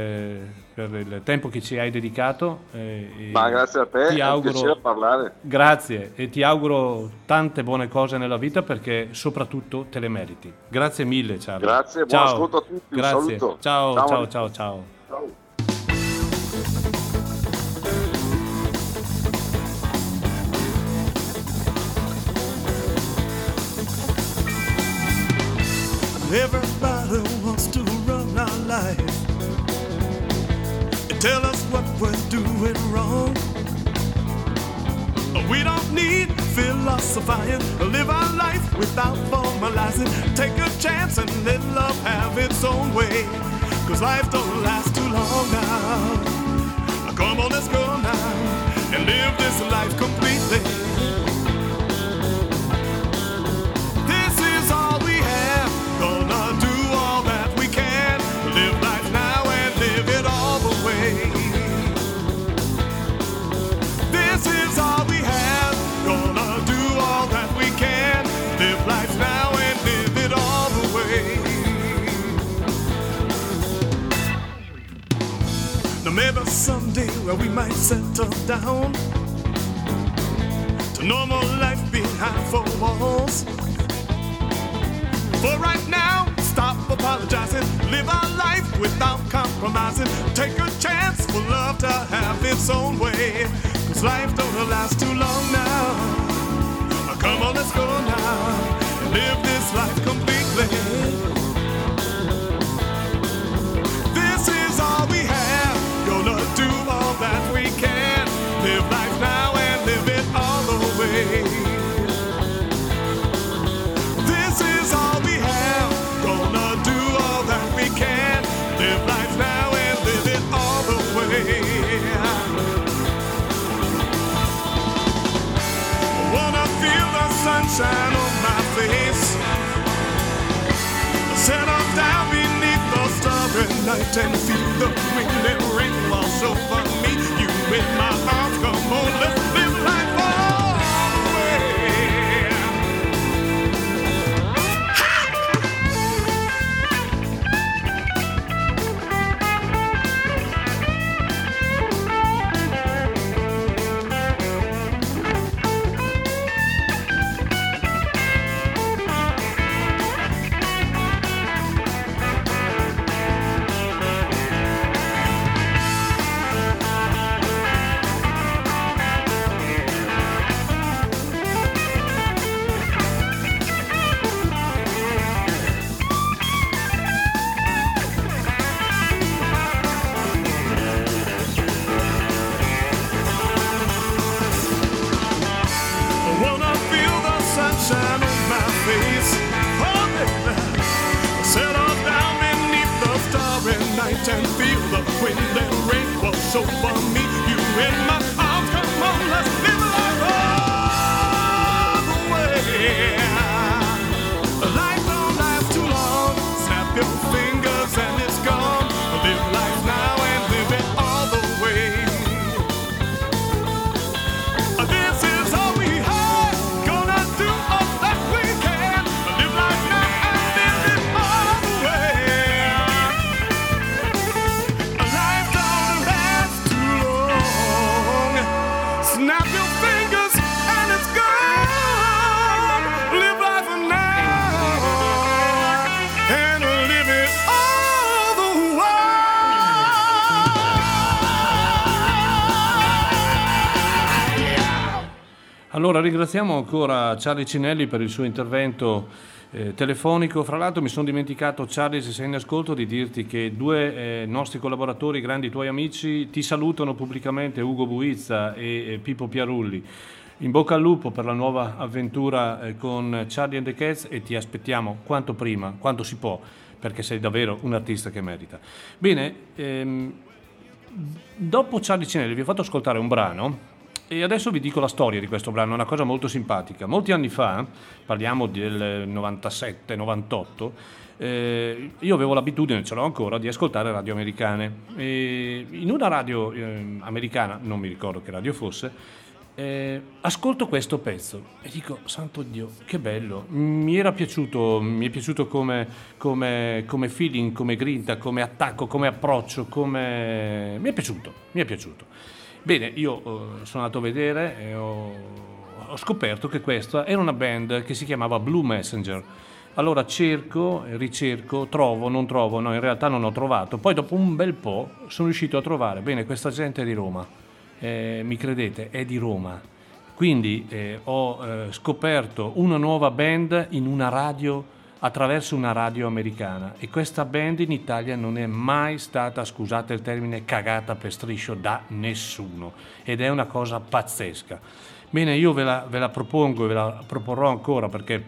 il tempo che ci hai dedicato. Ma grazie a te, è un piacere parlare. Grazie, e ti auguro tante buone cose nella vita, perché soprattutto te le meriti. Grazie mille, Charlie. Grazie, buon ascolto a tutti. Grazie. Un saluto. Ciao. Ciao. Everybody wants to run our life and tell us what we're doing wrong. We don't need philosophizing, live our life without formalizing. Take a chance and let love have its own way, 'cause life don't last too long now. Come on, let's go now and live this life completely. This is all we have, gonna do all that we can. Live life now and live it all the way. This is all we have, gonna do all that we can. Live life now and live it all the way. Now maybe someday we might settle down to normal life behind four walls. For right now, stop apologizing, live our life without compromising. Take a chance for love to have its own way, 'cause life don't last too long now. Come on, let's go now, live this life completely. This is all we have, gonna do all that we can. Live life now and live it all the way. This is all we have, gonna do all that we can. Live life now and live it all the way. I wanna feel the sunshine on my face, settle down beneath the starry night and feel the wind and rain wash over me. You in my arms, come on, let's live life all the way. light and feel the wind and rain was so for me. You in my arms, come on, let's live life all the way. Life don't last too long. Snap your fingers and it's gone. Live life now and live it all the way. This is all we have. Gonna do all that we can. Live life now and live it all the way. Life don't last too long. Snap your fingers and it's gone. Live life now and live it all the way. Allora ringraziamo ancora Charlie Cinelli per il suo intervento telefonico. Fra l'altro mi sono dimenticato, Charlie, se sei in ascolto, di dirti che due nostri collaboratori, grandi tuoi amici, ti salutano pubblicamente, Ugo Buizza e Pippo Piarulli. In bocca al lupo per la nuova avventura con Charlie and the Cats e ti aspettiamo quanto prima, quanto si può, perché sei davvero un artista che merita. Bene, dopo Charlie Cinelli vi ho fatto ascoltare un brano e adesso vi dico la storia di questo brano, è una cosa molto simpatica. Molti anni fa, parliamo del 97-98, io avevo l'abitudine, ce l'ho ancora, di ascoltare radio americane. E in una radio americana, non mi ricordo che radio fosse, ascolto questo pezzo e dico, santo Dio, che bello, mi è piaciuto come feeling, come grinta, come attacco, come approccio, mi è piaciuto. Bene, io sono andato a vedere e ho scoperto che questa era una band che si chiamava Blue Messenger. Allora cerco, ricerco, trovo, non trovo, no, in realtà non ho trovato. Poi dopo un bel po' sono riuscito a trovare, bene, questa gente è di Roma, mi credete, è di Roma. Quindi ho scoperto una nuova band in una radio, attraverso una radio americana, e questa band in Italia non è mai stata, scusate il termine, cagata per striscio da nessuno, ed è una cosa pazzesca. Bene, io ve la propongo e ve la proporrò ancora, perché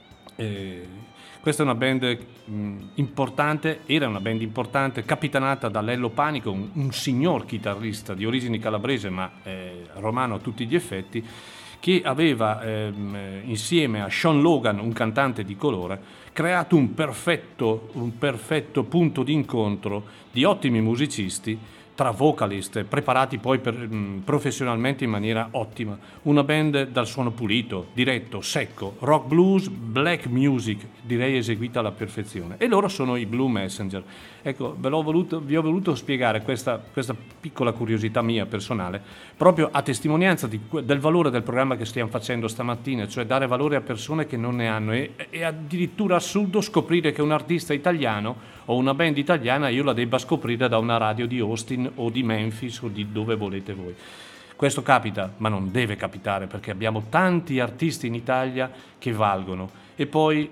questa è una band importante, era una band importante, capitanata da Lello Panico, un signor chitarrista di origini calabrese ma romano a tutti gli effetti, che aveva insieme a Sean Logan, un cantante di colore, creato un perfetto punto di incontro di ottimi musicisti, tra vocalist preparati poi professionalmente in maniera ottima. Una band dal suono pulito, diretto, secco, rock blues, black music, direi eseguita alla perfezione. E loro sono i Blue Messenger. Ecco, vi ho voluto spiegare questa piccola curiosità mia personale, proprio a testimonianza del valore del programma che stiamo facendo stamattina, cioè dare valore a persone che non ne hanno, e addirittura assurdo scoprire che un artista italiano o una band italiana io la debba scoprire da una radio di Austin o di Memphis o di dove volete voi. Questo capita, ma non deve capitare, perché abbiamo tanti artisti in Italia che valgono, e poi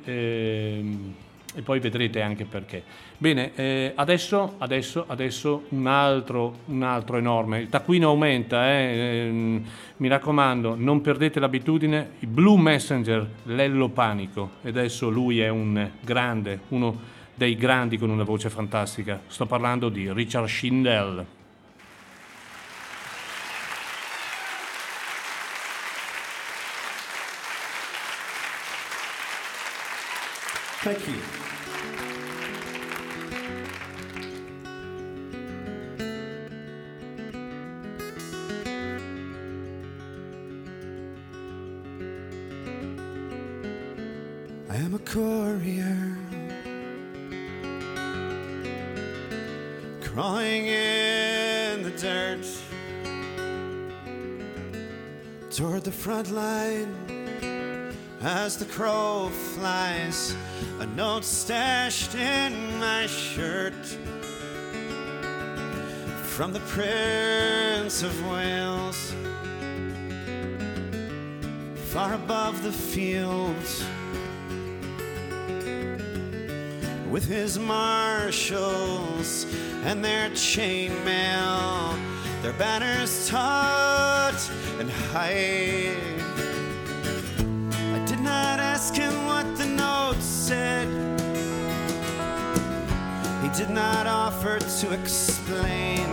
vedrete anche perché. Bene, adesso un altro enorme, il taccuino aumenta, mi raccomando, non perdete l'abitudine, i Blue Messenger, Lello Panico, e adesso lui è un grande, uno dei grandi con una voce fantastica. Sto parlando di Richard Shindell. Thank you. I am a courier, crawling in the dirt toward the front line. As the crow flies, a note stashed in my shirt from the Prince of Wales. Far above the fields, with his marshals and their chainmail, their banners taut and high. I did not ask him what the note said. He did not offer to explain.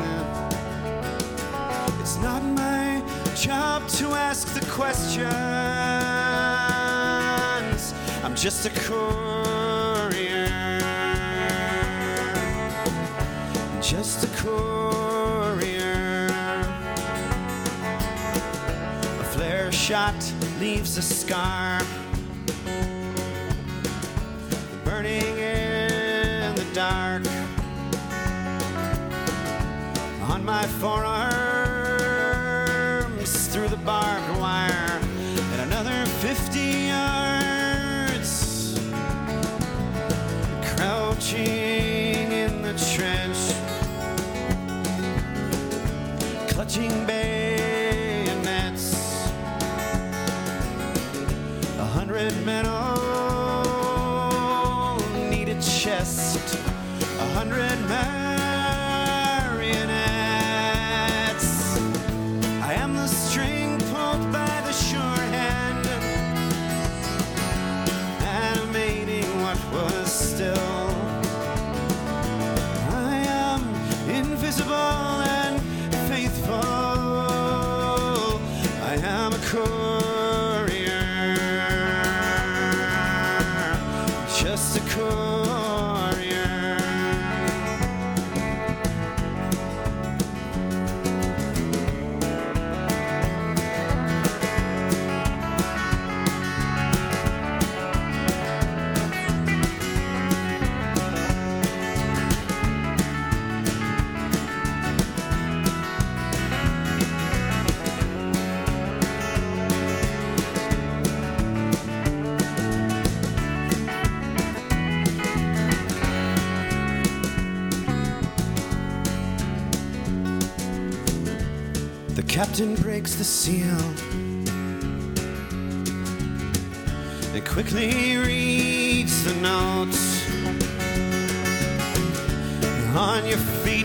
It's not my job to ask the questions. I'm just a courier. Just a courier. A flare shot leaves a scar, burning in the dark on my forearms through the barbed wire. And another 50 yards, crouching in the trench, clutching bayonets. 100 men all need a chest. 100 marionettes. I am the string pulled by the sure hand, animating what was still. I am invisible and faithful. I am a courier, just a courier. The captain breaks the seal and quickly reads the notes. On your feet,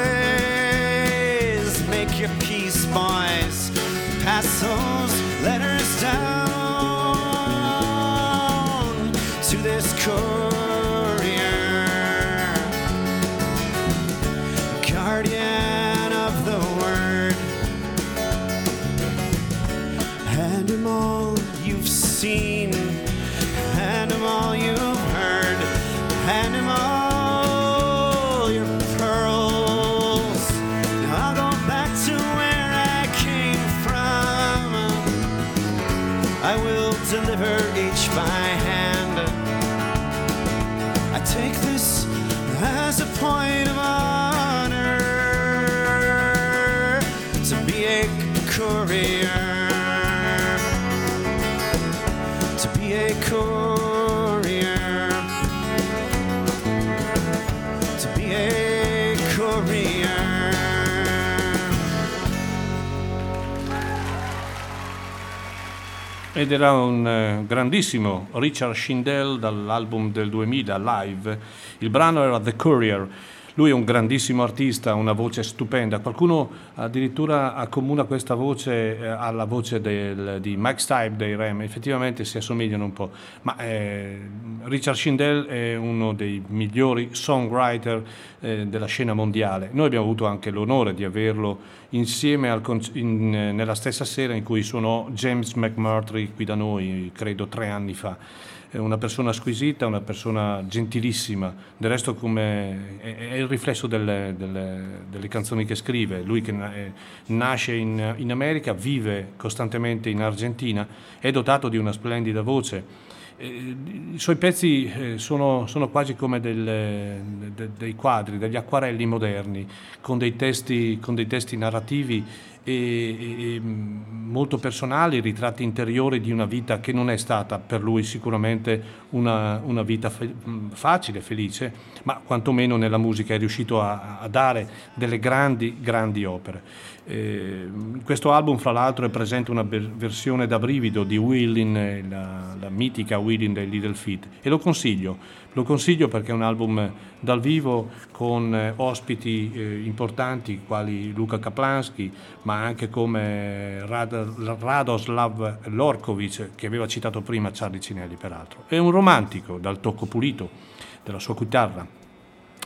boys, make your peace, boys. Pass those letters down to this courier, guardian of the word. Hand him all you've seen, hand him all you've heard, hand him all your pearls. Now I'll go back to where I came from. I will deliver each by hand. I take this as a point of honor to be a courier. A courier, to be a courier. Ed era un grandissimo Richard Shindell dall'album del 2000 Live. Il brano era The Courier. Lui è un grandissimo artista, una voce stupenda. Qualcuno addirittura accomuna questa voce alla voce di Mike Stipe dei Rem. Effettivamente si assomigliano un po'. Ma Richard Shindell è uno dei migliori songwriter della scena mondiale. Noi abbiamo avuto anche l'onore di averlo insieme nella stessa sera in cui suonò James McMurtry qui da noi, credo 3 anni fa. È una persona squisita, una persona gentilissima, del resto è il riflesso delle canzoni che scrive. Lui che nasce in America, vive costantemente in Argentina, è dotato di una splendida voce. I suoi pezzi sono quasi come dei quadri, degli acquarelli moderni, con dei testi narrativi e molto personali, ritratti interiori di una vita che non è stata per lui sicuramente una vita facile, felice, ma quantomeno nella musica è riuscito a dare delle grandi opere. In questo album, fra l'altro, è presente una versione da brivido di Willin', la mitica Willin' dei Little Feat, e lo consiglio perché è un album dal vivo con ospiti importanti quali Luca Kaplansky, ma anche come Radoslav Lorkovic, che aveva citato prima Charlie Cinelli peraltro. È un romantico dal tocco pulito della sua chitarra.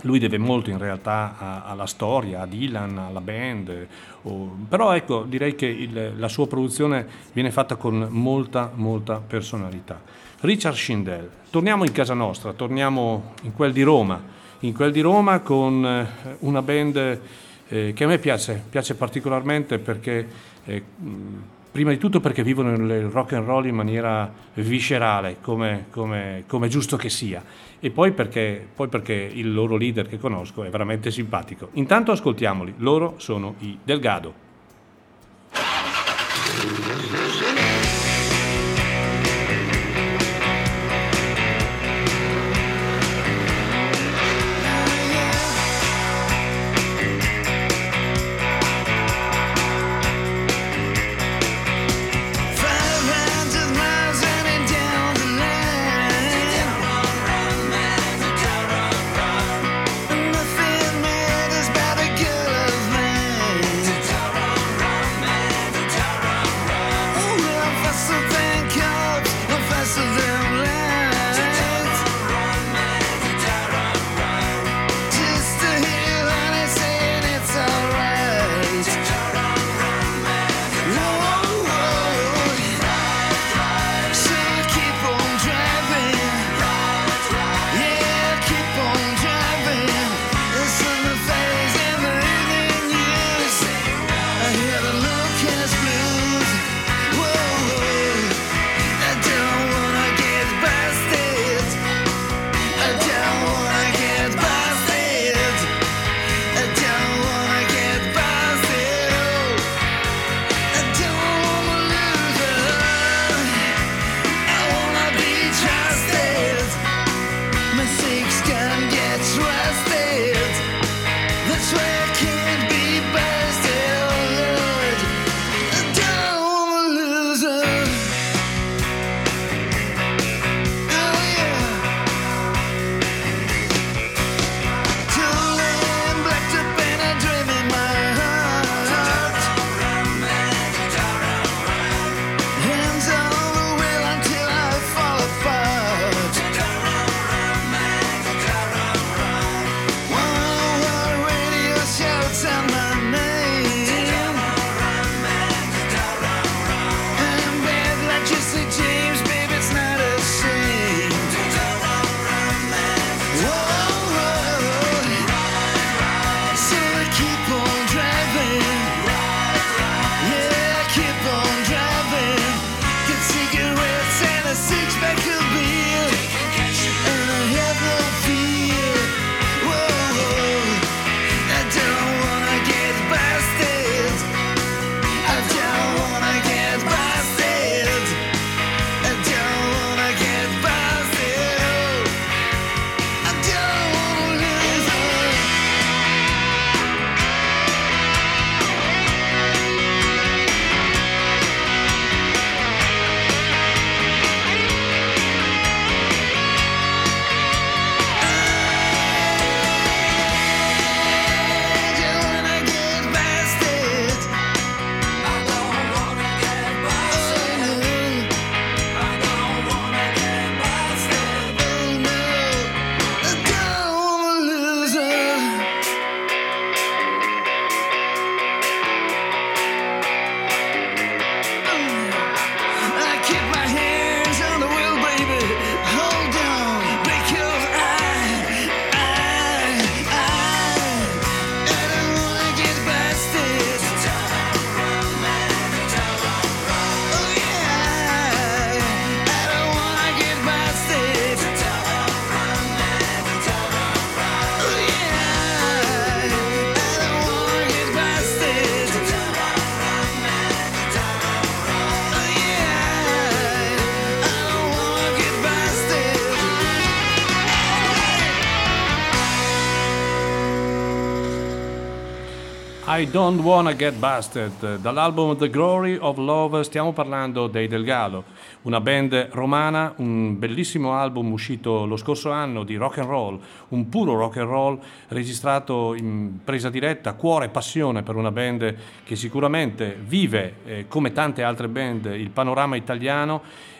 Lui deve molto in realtà alla storia, a Dylan, alla band, però ecco, direi che la sua produzione viene fatta con molta personalità. Richard Shindell, torniamo in casa nostra, torniamo in quel di Roma con una band che a me piace particolarmente perché prima di tutto perché vivono il rock and roll in maniera viscerale, come giusto che sia, e poi perché il loro leader che conosco è veramente simpatico. Intanto ascoltiamoli, loro sono i Delgado. I Don't Wanna Get Busted, dall'album The Glory of Love stiamo parlando dei Delgado, una band romana, un bellissimo album uscito lo scorso anno di rock and roll, un puro rock and roll registrato in presa diretta, cuore e passione per una band che sicuramente vive, come tante altre band, il panorama italiano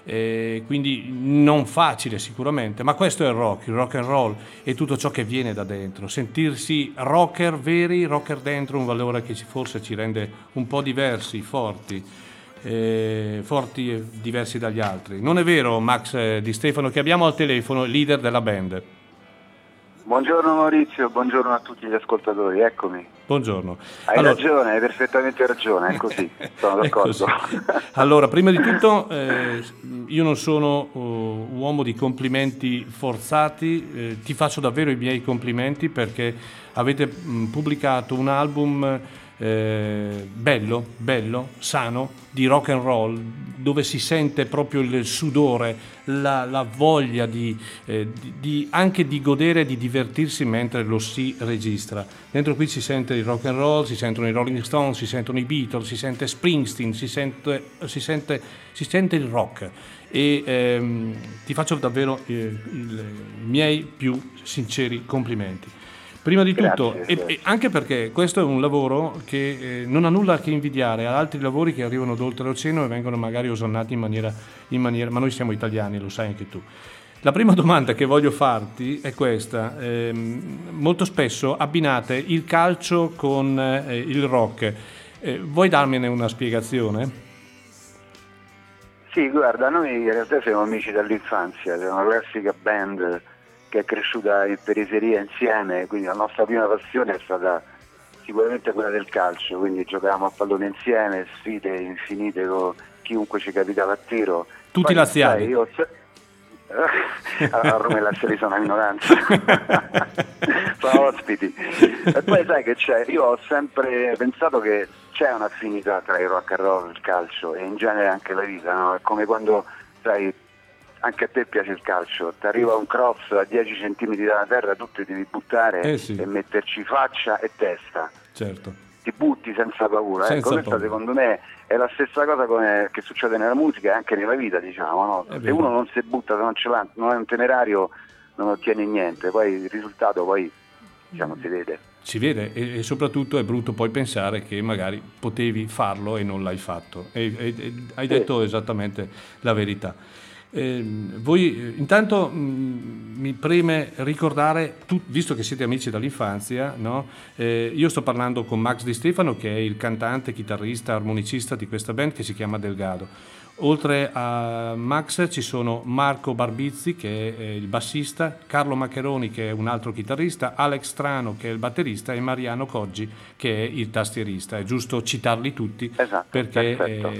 quindi non facile sicuramente, ma questo è il rock and roll e tutto ciò che viene da dentro. Sentirsi rocker veri, rocker dentro, un valore che forse ci rende un po' diversi, forti e diversi dagli altri. Non è vero, Max Di Stefano, che abbiamo al telefono il leader della band? Buongiorno Maurizio, buongiorno a tutti gli ascoltatori, eccomi. Buongiorno. Hai ragione, hai perfettamente ragione, è così, sono d'accordo. Allora, prima di tutto, io non sono uomo di complimenti forzati, ti faccio davvero i miei complimenti perché avete pubblicato un album bello, sano, di rock and roll, dove si sente proprio il sudore, la voglia anche di godere e di divertirsi mentre lo si registra. Dentro qui si sente il rock and roll, si sentono i Rolling Stones, si sentono i Beatles, si sente Springsteen, si sente il rock e ti faccio davvero i miei più sinceri complimenti. Prima di tutto, e anche perché questo è un lavoro che non ha nulla a che invidiare ad altri lavori che arrivano d'oltreoceano e vengono magari osannati in maniera, ma noi siamo italiani, lo sai anche tu. La prima domanda che voglio farti è questa: molto spesso abbinate il calcio con il rock, vuoi darmene una spiegazione? Sì, guarda, noi in realtà siamo amici dall'infanzia, siamo una classica band che è cresciuta in periferia insieme, quindi la nostra prima passione è stata sicuramente quella del calcio, quindi giocavamo a pallone insieme, sfide infinite con chiunque ci capitava a tiro. Tutti laziali? A Roma e laziali sono una minoranza, sono ospiti. E poi sai che c'è, io ho sempre pensato che c'è un'affinità tra il rock and roll, il calcio e in genere anche la vita, no? È come quando, sai, anche a te piace il calcio, ti arriva un cross a 10 centimetri dalla terra, tu ti devi buttare e metterci faccia e testa. Certo. Ti butti senza paura. Questa secondo me è la stessa cosa che succede nella musica e anche nella vita, diciamo, no? Se uno non si butta, se non ce l'ha, non è un temerario, non ottiene niente, poi il risultato diciamo, si vede. Si vede e soprattutto è brutto poi pensare che magari potevi farlo e non l'hai fatto. E hai detto esattamente la verità. Voi intanto mi preme ricordare, visto che siete amici dall'infanzia, no? Io sto parlando con Max Di Stefano, che è il cantante, chitarrista, armonicista di questa band che si chiama Delgado. Oltre a Max ci sono Marco Barbizzi, che è il bassista, Carlo Maccheroni, che è un altro chitarrista, Alex Strano, che è il batterista, e Mariano Coggi, che è il tastierista. È giusto citarli tutti, esatto, perché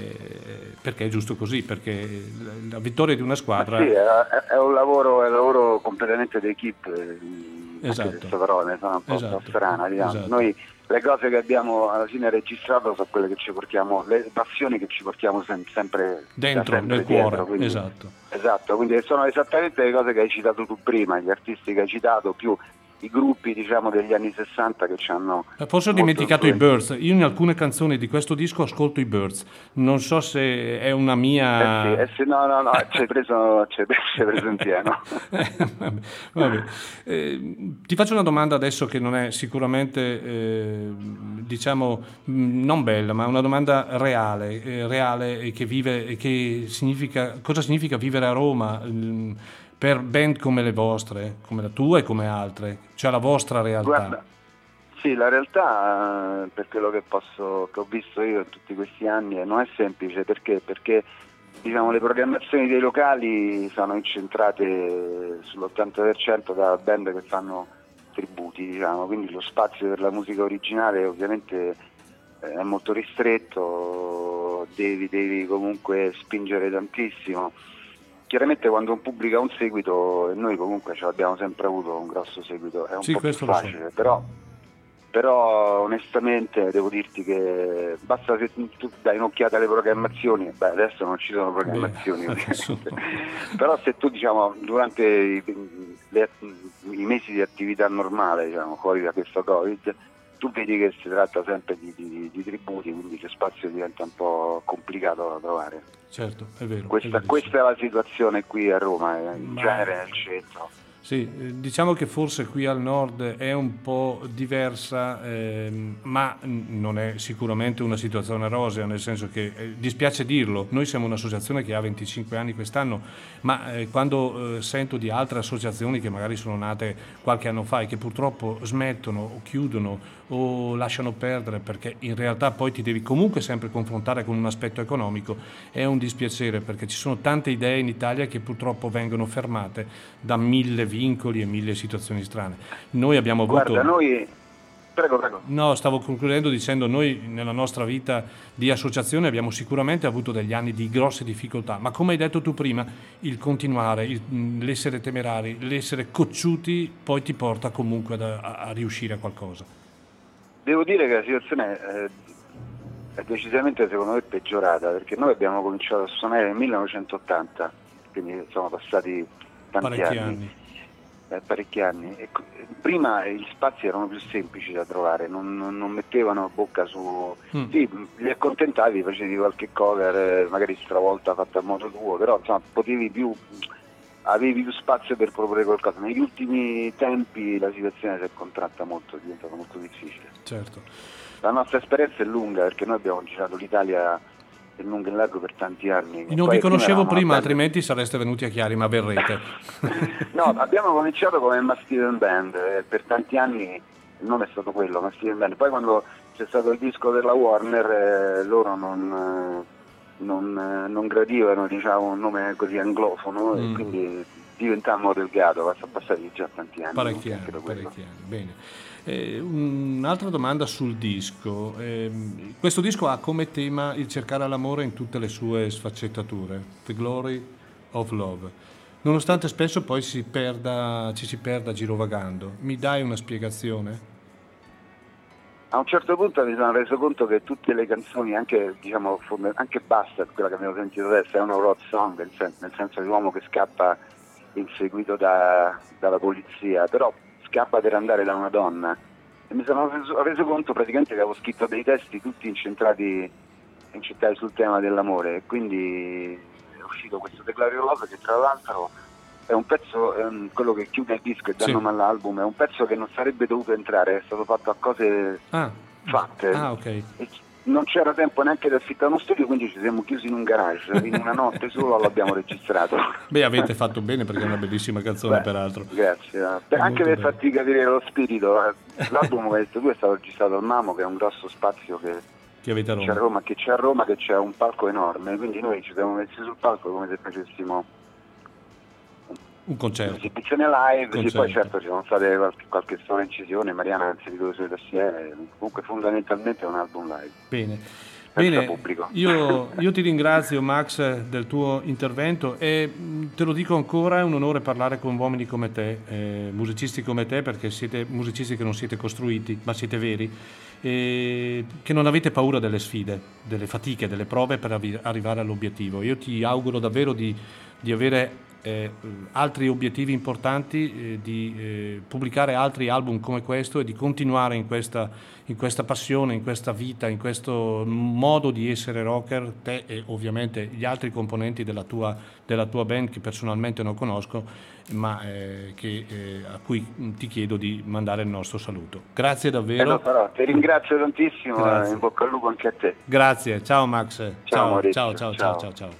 è giusto così, perché la vittoria di una squadra... Sì, è un lavoro completamente d'equipe, esatto. Questa parola sono un po' strana, diciamo. Esatto. Noi le cose che abbiamo alla fine registrato sono quelle che ci portiamo, le passioni che ci portiamo sempre dentro, nel dietro, cuore, quindi, esatto, quindi sono esattamente le cose che hai citato tu prima, gli artisti che hai citato, più i gruppi, diciamo, degli anni 60 che ci hanno... Forse ho dimenticato i Birds. Io in alcune canzoni di questo disco ascolto i Birds, non so se è una mia... sì, no, ci hai preso in pieno. Vabbè. Ti faccio una domanda adesso che non è sicuramente diciamo non bella, ma una domanda reale che significa, cosa significa vivere a Roma per band come le vostre, come la tua e come altre, cioè la vostra realtà? Guarda, sì, la realtà, per quello che ho visto io in tutti questi anni, non è semplice. Perché diciamo, le programmazioni dei locali sono incentrate sull'80% da band che fanno tributi, diciamo, quindi lo spazio per la musica originale ovviamente è molto ristretto, devi comunque spingere tantissimo. Chiaramente quando un pubblica un seguito, e noi comunque ce l'abbiamo sempre avuto un grosso seguito, è un po' più facile, però onestamente devo dirti che basta che tu dai un'occhiata alle programmazioni, adesso non ci sono programmazioni, però se tu, diciamo, durante i mesi di attività normale, diciamo, fuori da questo Covid, tu vedi che si tratta sempre di tributi, quindi lo spazio diventa un po' complicato da trovare. Certo, è vero. Questa è la situazione qui a Roma, in genere nel centro. Sì, diciamo che forse qui al nord è un po' diversa, ma non è sicuramente una situazione rosea, nel senso che, dispiace dirlo, noi siamo un'associazione che ha 25 anni quest'anno, ma quando sento di altre associazioni che magari sono nate qualche anno fa e che purtroppo smettono o chiudono o lasciano perdere, perché in realtà poi ti devi comunque sempre confrontare con un aspetto economico, è un dispiacere, perché ci sono tante idee in Italia che purtroppo vengono fermate da 1000 vincoli e 1000 situazioni strane. Noi abbiamo avuto... Guarda, noi... Prego. No, stavo concludendo dicendo, noi nella nostra vita di associazione abbiamo sicuramente avuto degli anni di grosse difficoltà, ma come hai detto tu prima, il continuare, l'essere temerari, l'essere cocciuti poi ti porta comunque a riuscire a qualcosa. Devo dire che la situazione è decisamente, secondo me, peggiorata, perché noi abbiamo cominciato a suonare nel 1980, quindi sono passati tanti anni. Parecchi anni. E prima gli spazi erano più semplici da trovare, non mettevano bocca su... Sì, li accontentavi, facevi qualche cover, magari stravolta fatta a modo tuo, però insomma avevi più spazio per proporre qualcosa. Negli ultimi tempi la situazione si è contratta molto, è diventata molto difficile. Certo. La nostra esperienza è lunga, perché noi abbiamo girato l'Italia in lungo e in largo per tanti anni. Non vi conoscevo prima, altrimenti sareste venuti a Chiari, ma verrete. No, abbiamo cominciato come Mastiden Band, per tanti anni il nome è stato quello, Mastiden Band. Poi quando c'è stato il disco della Warner, loro non gradivano, diciamo, un nome così anglofono, e quindi diventammo Delgado, sono passati già tanti anni. Parecchi anni, bene. Un'altra domanda sul disco. Questo disco ha come tema il cercare l'amore in tutte le sue sfaccettature, The Glory of Love, nonostante spesso poi ci si perda girovagando. Mi dai una spiegazione? A un certo punto mi sono reso conto che tutte le canzoni, anche diciamo anche Bastard, quella che abbiamo sentito adesso, è una road song, nel senso di uomo che scappa inseguito dalla polizia, però scappa per andare da una donna, e mi sono reso conto praticamente che avevo scritto dei testi tutti incentrati sul tema dell'amore, e quindi è uscito questo The Glory of Love, che tra l'altro è un pezzo, quello che chiude il disco e dà nome all'album, è un pezzo che non sarebbe dovuto entrare, è stato fatto a cose fatte. Ok. E non c'era tempo neanche di affittare uno studio, quindi ci siamo chiusi in un garage, in una notte solo l'abbiamo registrato. Beh, avete fatto bene, perché è una bellissima canzone. Peraltro. Grazie. Anche per farti capire lo spirito, l'album che hai detto tu è stato registrato al Mamo, che è un grosso spazio che avete a Roma. C'è a Roma, che c'è un palco enorme, quindi noi ci siamo messi sul palco come se facessimo un concerto, un'esibizione live. Sì, poi certo ci sono state qualche sola incisione, Mariana ha inserito le sue tastiere, comunque fondamentalmente è un album live. Bene, io ti ringrazio, Max, del tuo intervento, e te lo dico ancora, è un onore parlare con uomini come te, musicisti come te, perché siete musicisti che non siete costruiti, ma siete veri, e che non avete paura delle sfide, delle fatiche, delle prove per arrivare all'obiettivo. Io ti auguro davvero di avere altri obiettivi importanti, di pubblicare altri album come questo e di continuare in questa passione, in questa vita, in questo modo di essere rocker, te e ovviamente gli altri componenti della tua band, che personalmente non conosco, ma a cui ti chiedo di mandare il nostro saluto. Grazie davvero. Ti ringrazio tantissimo. Grazie. In bocca al lupo anche a te. Grazie, ciao Max. Ciao. Ciao.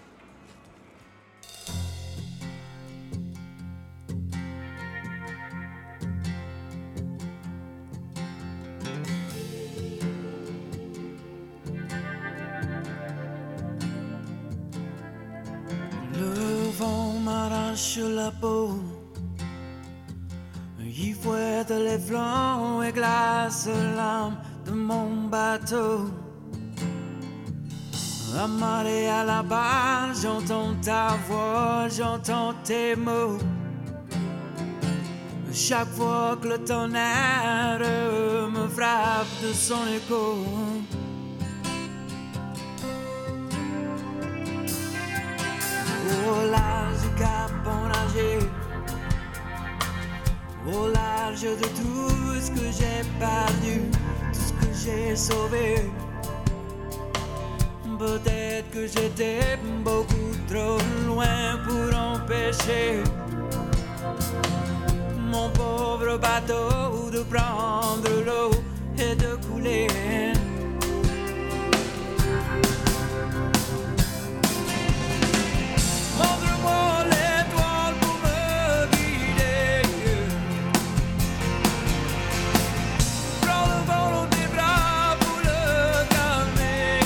La peau, il fouette les flancs et glace l'âme de mon bateau. La marée à la barre, j'entends ta voix, j'entends tes mots. Chaque fois que le tonnerre me frappe de son écho, au large cap enragé, au large de tout ce que j'ai perdu, tout ce que j'ai sauvé. Peut-être que j'étais beaucoup trop loin pour empêcher mon pauvre bateau de prendre l'eau et de couler. Montre-moi l'étoile pour me guider. Prends le vent dans tes bras pour le calmer.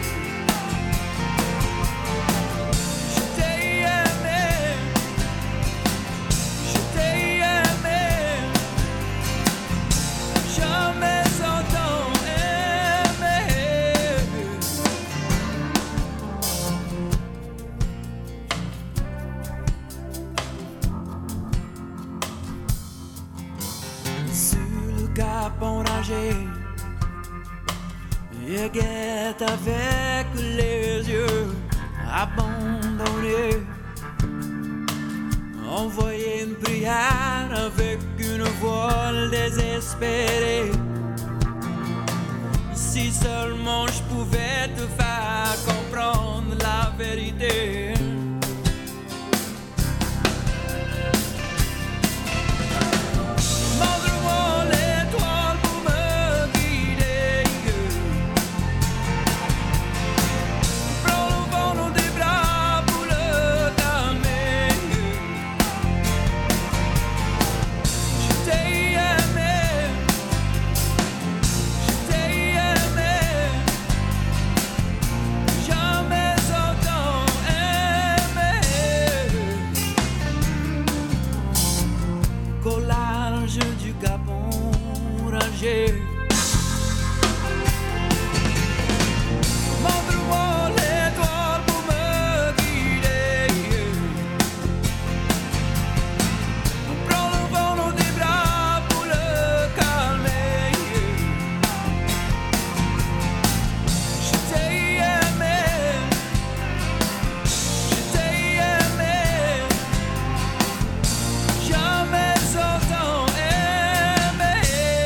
Je t'ai aimé, jamais autant aimé. Sur le cap enragé, et guette avec les yeux abandonnés. Envoyer une prière avec une voile désespérée. Si seulement je pouvais te faire comprendre la vérité. Montre-moi l'étoile pour me guider. Prends le vent dans tes bras pour le calmer. Je t'ai aimé, jamais autant aimé. Qu'au large du Gabon rangé. Montre-moi l'étoile pour me guider. Prends le vent dans tes bras pour le calmer. Je t'ai aimé, jamais autant aimé.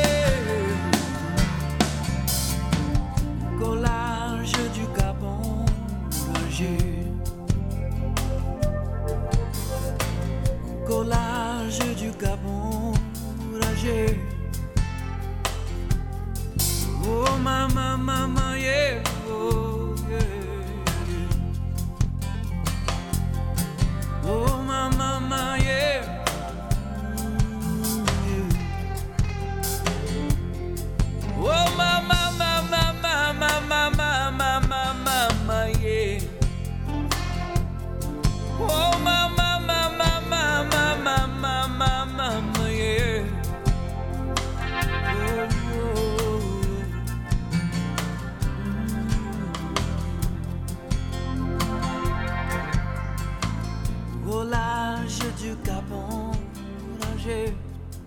Qu'au large du Gabon rangé. Qu'au large du Gabon rangé. Oh mama, mama, yeah, oh yeah. Oh mama, mama, yeah. Oh mama, mama, mama, mama, mama, mama, yeah. Oh mama, mama, mama, mama, mama, yeah. Au large du Gabon rangé.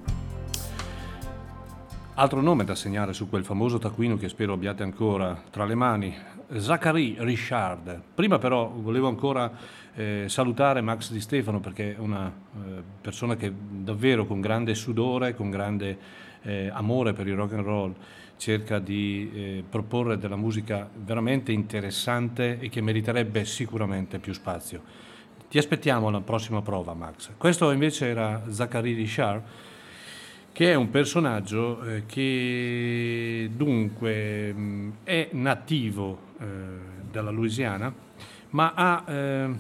Altro nome da segnare su quel famoso taccuino che spero abbiate ancora tra le mani, Zachary Richard. Prima però volevo ancora salutare Max Di Stefano, perché è una persona che davvero con grande sudore, con grande amore per il rock and roll cerca di proporre della musica veramente interessante e che meriterebbe sicuramente più spazio. Ti aspettiamo alla prossima prova, Max. Questo invece era Zachary Richard, che è un personaggio che dunque è nativo dalla Louisiana, ma ha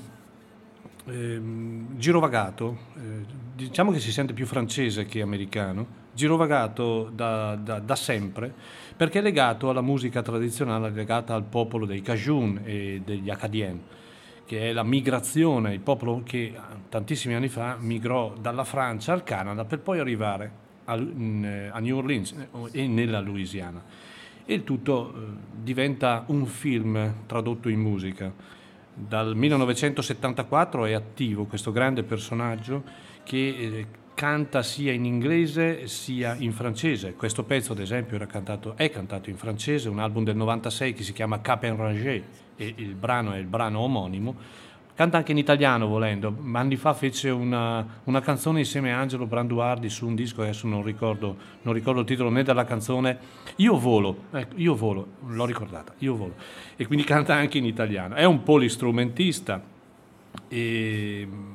girovagato, diciamo che si sente più francese che americano, girovagato da sempre, perché è legato alla musica tradizionale, legata al popolo dei Cajun e degli Acadiens, che è la migrazione, il popolo che tantissimi anni fa migrò dalla Francia al Canada per poi arrivare a New Orleans e nella Louisiana. E il tutto diventa un film tradotto in musica. Dal 1974 è attivo questo grande personaggio che canta sia in inglese sia in francese. Questo pezzo, ad esempio, è cantato in francese, un album del 96 che si chiama Cap en Rangé, e il brano è il brano omonimo. Canta anche in italiano volendo, ma anni fa fece una canzone insieme a Angelo Branduardi su un disco, adesso non ricordo il titolo né della canzone, Io volo, l'ho ricordata, Io volo, e quindi canta anche in italiano. È un polistrumentista,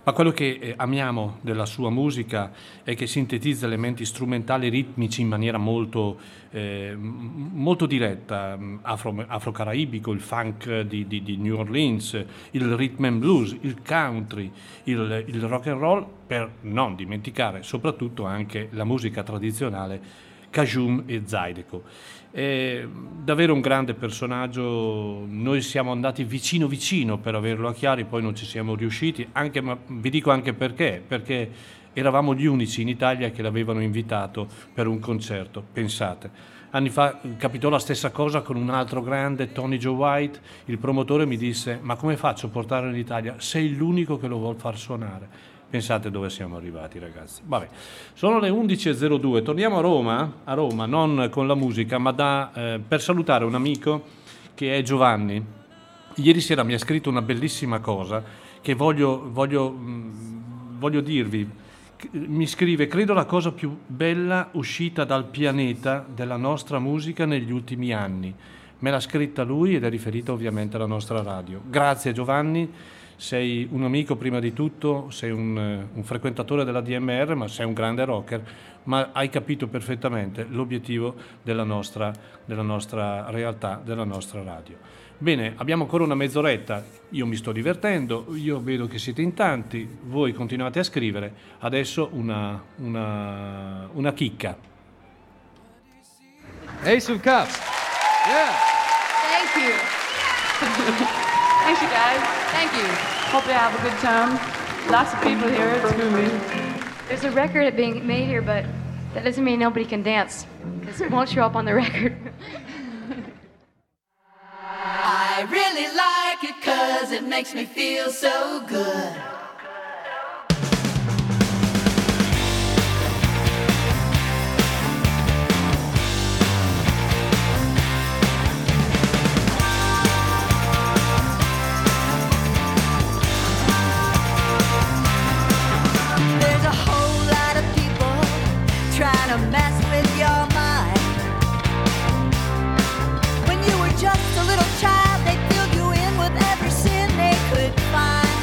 Ma quello che amiamo della sua musica è che sintetizza elementi strumentali ritmici in maniera molto diretta, afro-caraibico, il funk di New Orleans, il rhythm and blues, il country, il rock and roll, per non dimenticare soprattutto anche la musica tradizionale Cajun e Zydeco. È davvero un grande personaggio, noi siamo andati vicino per averlo a Chiari, poi non ci siamo riusciti, ma vi dico anche perché eravamo gli unici in Italia che l'avevano invitato per un concerto, pensate. Anni fa capitò la stessa cosa con un altro grande, Tony Joe White. Il promotore mi disse: ma come faccio a portarlo in Italia? Sei l'unico che lo vuol far suonare. Pensate dove siamo arrivati, ragazzi. Vabbè, sono le 11.02, torniamo a Roma, non con la musica, ma per salutare un amico che è Giovanni. Ieri sera mi ha scritto una bellissima cosa che voglio dirvi. Mi scrive: credo la cosa più bella uscita dal pianeta della nostra musica negli ultimi anni. Me l'ha scritta lui ed è riferita ovviamente alla nostra radio. Grazie Giovanni. Sei un amico prima di tutto, sei un frequentatore della DMR, ma sei un grande rocker, ma hai capito perfettamente l'obiettivo della nostra realtà, della nostra radio. Bene, abbiamo ancora una mezz'oretta, io mi sto divertendo, io vedo che siete in tanti, voi continuate a scrivere, adesso una chicca. Ace of Cups. Yeah. Thank you. Thanks, you guys. Thank you. Hope you have a good time. Lots of people here. It's groovy. There's a record being made here, but that doesn't mean nobody can dance, because it won't show up on the record. I really like it 'cause it makes me feel so good. Trying to mess with your mind. When you were just a little child, they filled you in with every sin they could find.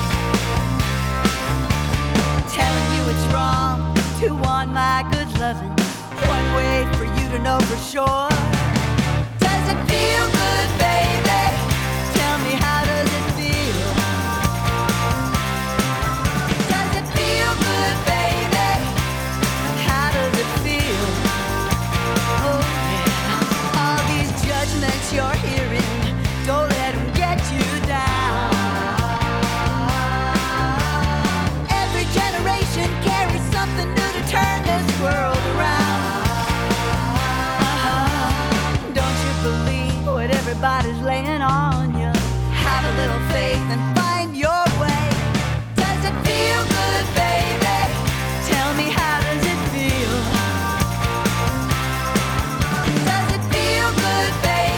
Telling you it's wrong to want my good loving. One way for you to know for sure. Does it feel good, baby? Tell me, how does it feel? Does it feel good, baby? You're hearing, don't let them get you down. Every generation carries something new to turn this world around. Don't you believe what everybody's laying on you? Have a little faith and find your way. Does it feel good, baby? Tell me, how does it feel? Does it feel good, baby?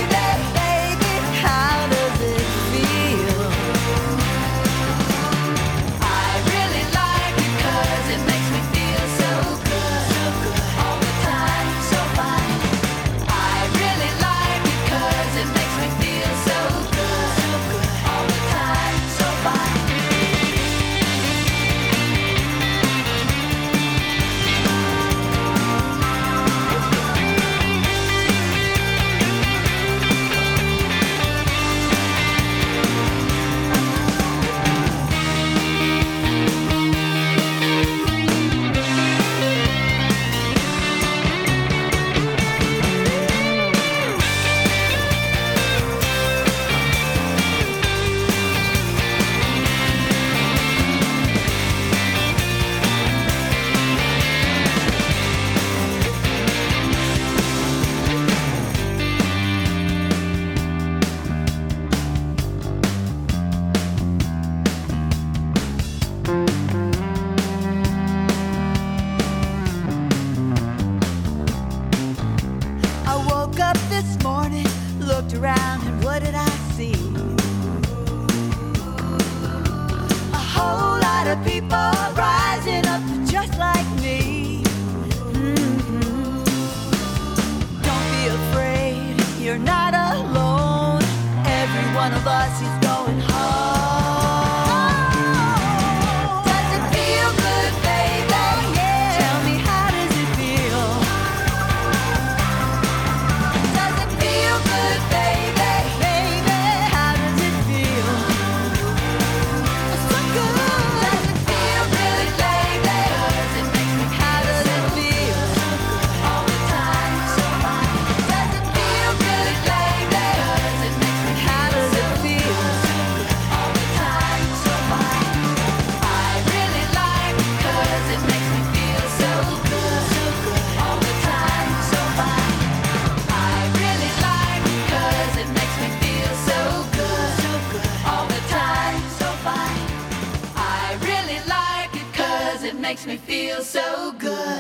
me feel so good.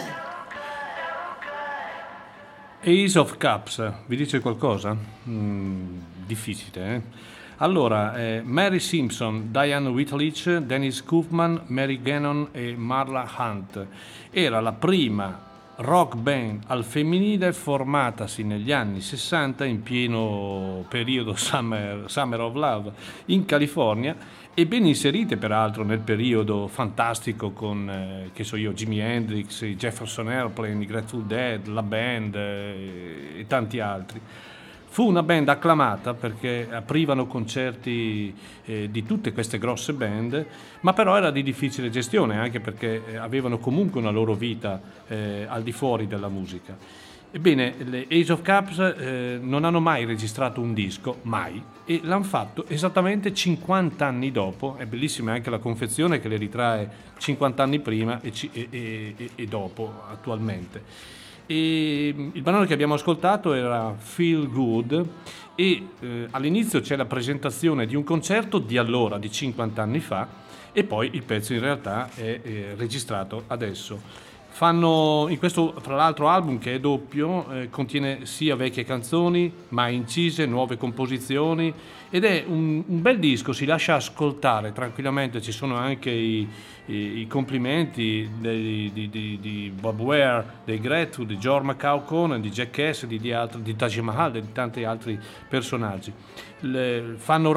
Ace of Cups, vi dice qualcosa? Difficile, eh? Allora, Mary Simpson, Diane Whitledge, Dennis Kaufman, Mary Gannon e Marla Hunt. Era la prima rock band al femminile formatasi negli anni 60 in pieno periodo Summer of Love in California e ben inserite peraltro nel periodo fantastico con, che so io, Jimi Hendrix, i Jefferson Airplane, i Grateful Dead, la band e tanti altri. Fu una band acclamata perché aprivano concerti di tutte queste grosse band, ma però era di difficile gestione anche perché avevano comunque una loro vita al di fuori della musica. Ebbene, le Ace of Cups non hanno mai registrato un disco, mai, e l'hanno fatto esattamente 50 anni dopo. È bellissima anche la confezione che le ritrae 50 anni prima e dopo, attualmente. E il brano che abbiamo ascoltato era Feel Good e all'inizio c'è la presentazione di un concerto di allora, di 50 anni fa, e poi il pezzo in realtà è registrato adesso. Fanno in questo, tra l'altro, album che è doppio, contiene sia vecchie canzoni mai incise, nuove composizioni, ed è un bel disco, si lascia ascoltare tranquillamente. Ci sono anche i complimenti di Bob Ware, dei Grateful, di George McCauley, di Jack Cassidy, di Taj Mahal e di tanti altri personaggi. Fanno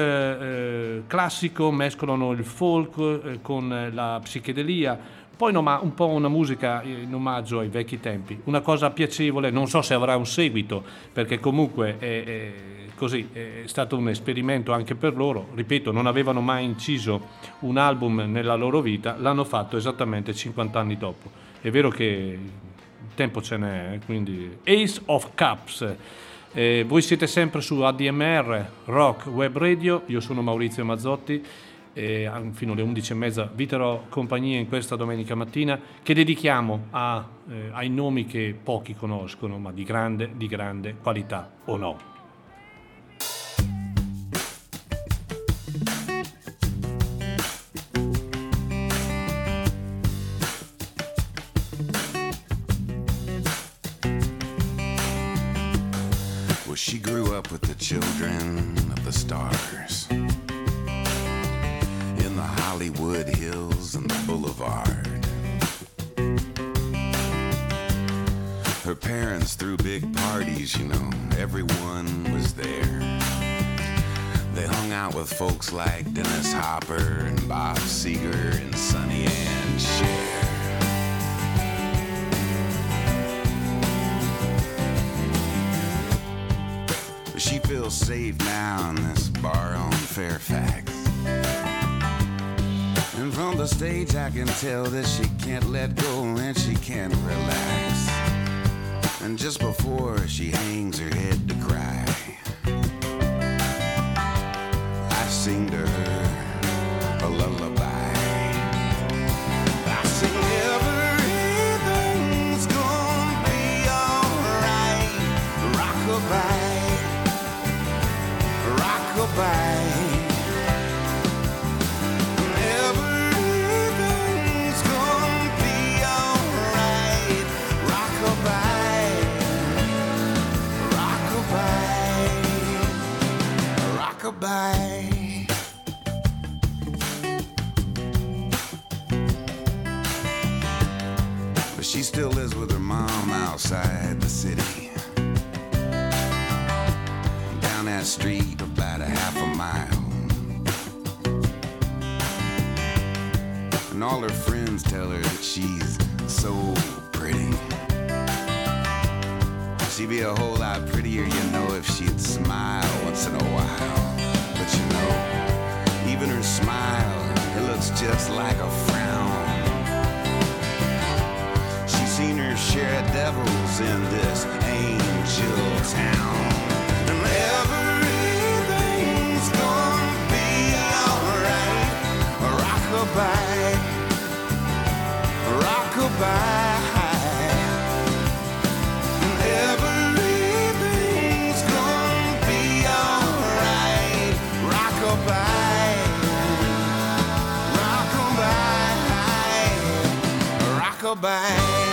rock classico, mescolano il folk con la psichedelia. Poi no, ma un po' una musica in omaggio ai vecchi tempi, una cosa piacevole. Non so se avrà un seguito, perché comunque è così, è stato un esperimento anche per loro. Ripeto, non avevano mai inciso un album nella loro vita, l'hanno fatto esattamente 50 anni dopo. È vero che il tempo ce n'è, quindi Ace of Cups. Voi siete sempre su ADMR Rock Web Radio, io sono Maurizio Mazzotti. Fino alle 11:30 vi terrò compagnia in questa domenica mattina che dedichiamo ai nomi che pochi conoscono, ma di grande qualità o no. Well, she grew up with the children of the stars, Hollywood Hills and the Boulevard. Her parents threw big parties, you know, everyone was there. They hung out with folks like Dennis Hopper and Bob Seger and Sonny and Cher. But she feels safe now in this bar on Fairfax. And from the stage I can tell that she can't let go and she can't relax. And just before she hangs her head to cry, I sing to her a lullaby. I sing everything's gonna be alright. Rockabye, rockabye. Rockabye. But she still lives with her mom outside the city, down that street about a half a mile. And all her friends tell her that she's so pretty. She'd be a whole lot prettier, you know, if she'd smile once in a while. But you know, even her smile, it looks just like a frown. She's seen her share of devils in this angel town. And everything's gonna be alright. Rockabye, rockabye. Rockabye, rockabye.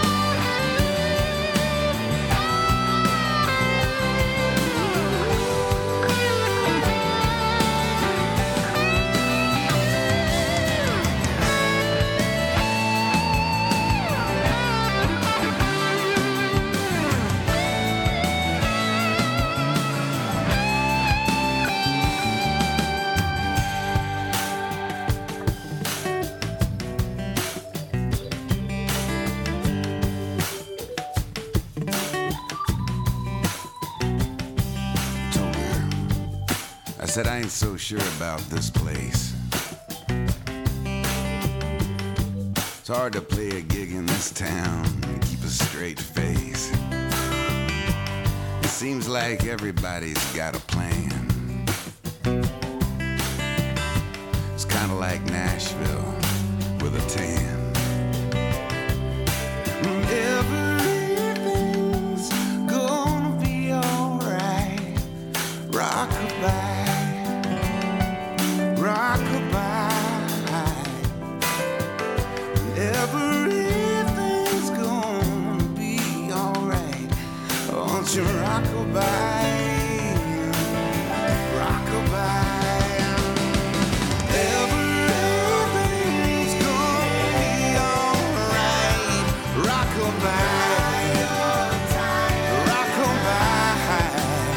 I said, I ain't so sure about this place. It's hard to play a gig in this town and keep a straight face. It seems like everybody's got a plan. It's kind of like Nashville with a tan. Everything's gonna be alright. Rockabye. Rockabye, everything's gonna be alright. Won't you rockabye, rockabye? Everything's gonna be alright. Rockabye, rockabye.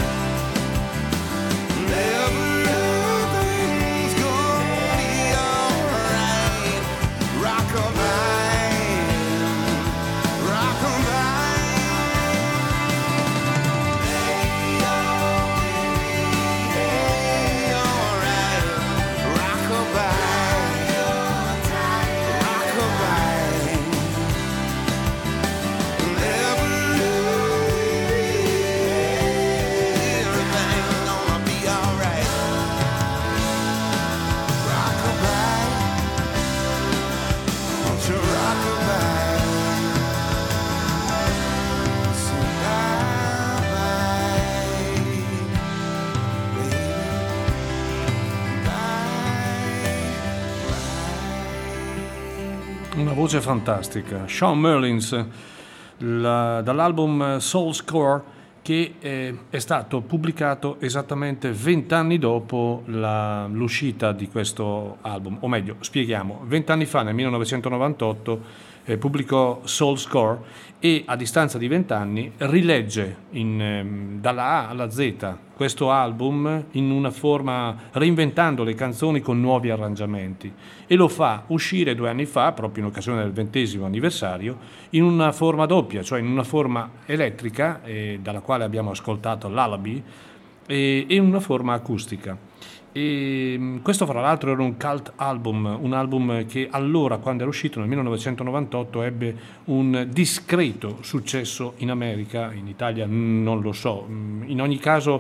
Una voce fantastica, Shawn Merlins, dall'album Soul Score, che è stato pubblicato esattamente 20 anni dopo l'uscita di questo album, o meglio, spieghiamo, 20 anni fa, nel 1998, pubblicò Soul Score e a distanza di 20 anni rilegge dalla A alla Z questo album in una forma, reinventando le canzoni con nuovi arrangiamenti, e lo fa uscire 2 anni fa, proprio in occasione del 20° anniversario, in una forma doppia, cioè in una forma elettrica, dalla quale abbiamo ascoltato Lullaby, e in una forma acustica. E questo fra l'altro era un cult album, un album che allora, quando era uscito nel 1998, ebbe un discreto successo in America, in Italia non lo so. In ogni caso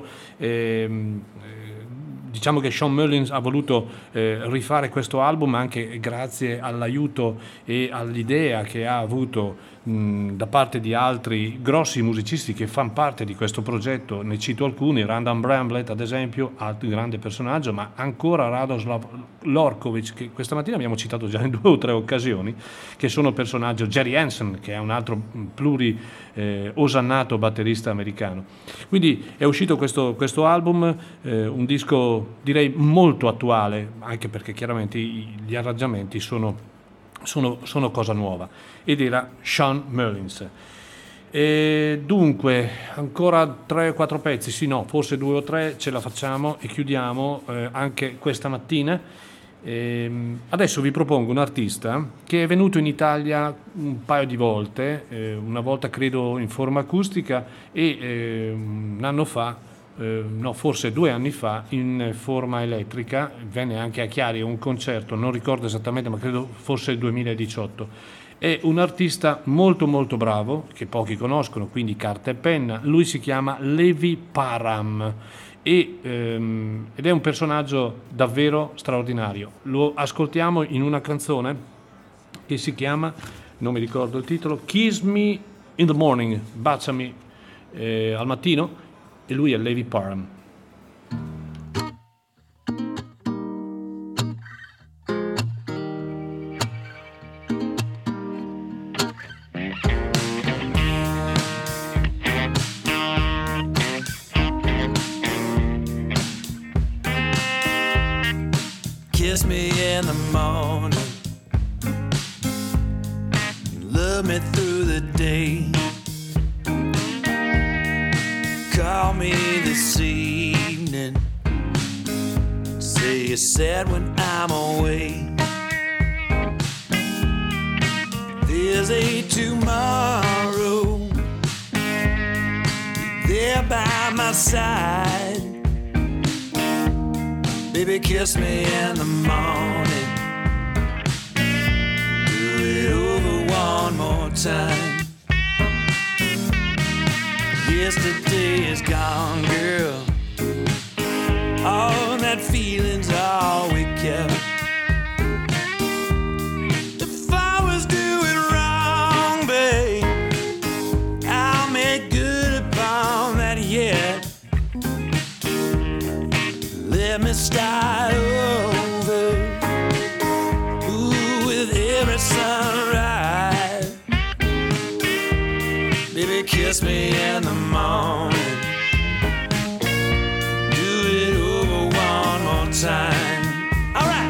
diciamo che Shawn Merlins ha voluto rifare questo album anche grazie all'aiuto e all'idea che ha avuto da parte di altri grossi musicisti che fanno parte di questo progetto. Ne cito alcuni: Randall Bramblett ad esempio, altro grande personaggio, ma ancora Radoslav Lorkovic, che questa mattina abbiamo citato già in 2 o 3 occasioni, che sono personaggio, Jerry Hansen, che è un altro osannato batterista americano. Quindi è uscito questo album, un disco direi molto attuale, anche perché chiaramente gli arrangiamenti sono cosa nuova, ed era Shawn Merlins. E dunque ancora 3 o 4 pezzi, sì, no, forse 2 o 3 ce la facciamo e chiudiamo anche questa mattina. Adesso vi propongo un artista che è venuto in Italia un paio di volte, una volta credo in forma acustica e un anno fa, no, forse 2 anni fa in forma elettrica. Venne anche a Chiari a un concerto, non ricordo esattamente, ma credo fosse il 2018. È un artista molto molto bravo, che pochi conoscono, quindi carta e penna. Lui si chiama Levi Parham ed è un personaggio davvero straordinario. Lo ascoltiamo in una canzone che si chiama, non mi ricordo il titolo, Kiss Me in the Morning, baciami al mattino, e lui è Levi Parham. kiss me in the morning, love me through the day. Call me this evening, say you're sad when I'm away. There's a tomorrow, there by my side. Baby, kiss me in the morning, do it over one more time. Yesterday is gone, girl, all that feeling's all we kept. If I was doing wrong, babe, I'll make good upon that yet. Let me start over, ooh, with every sunrise. Baby, kiss me in the morning, do it over one more time. All right.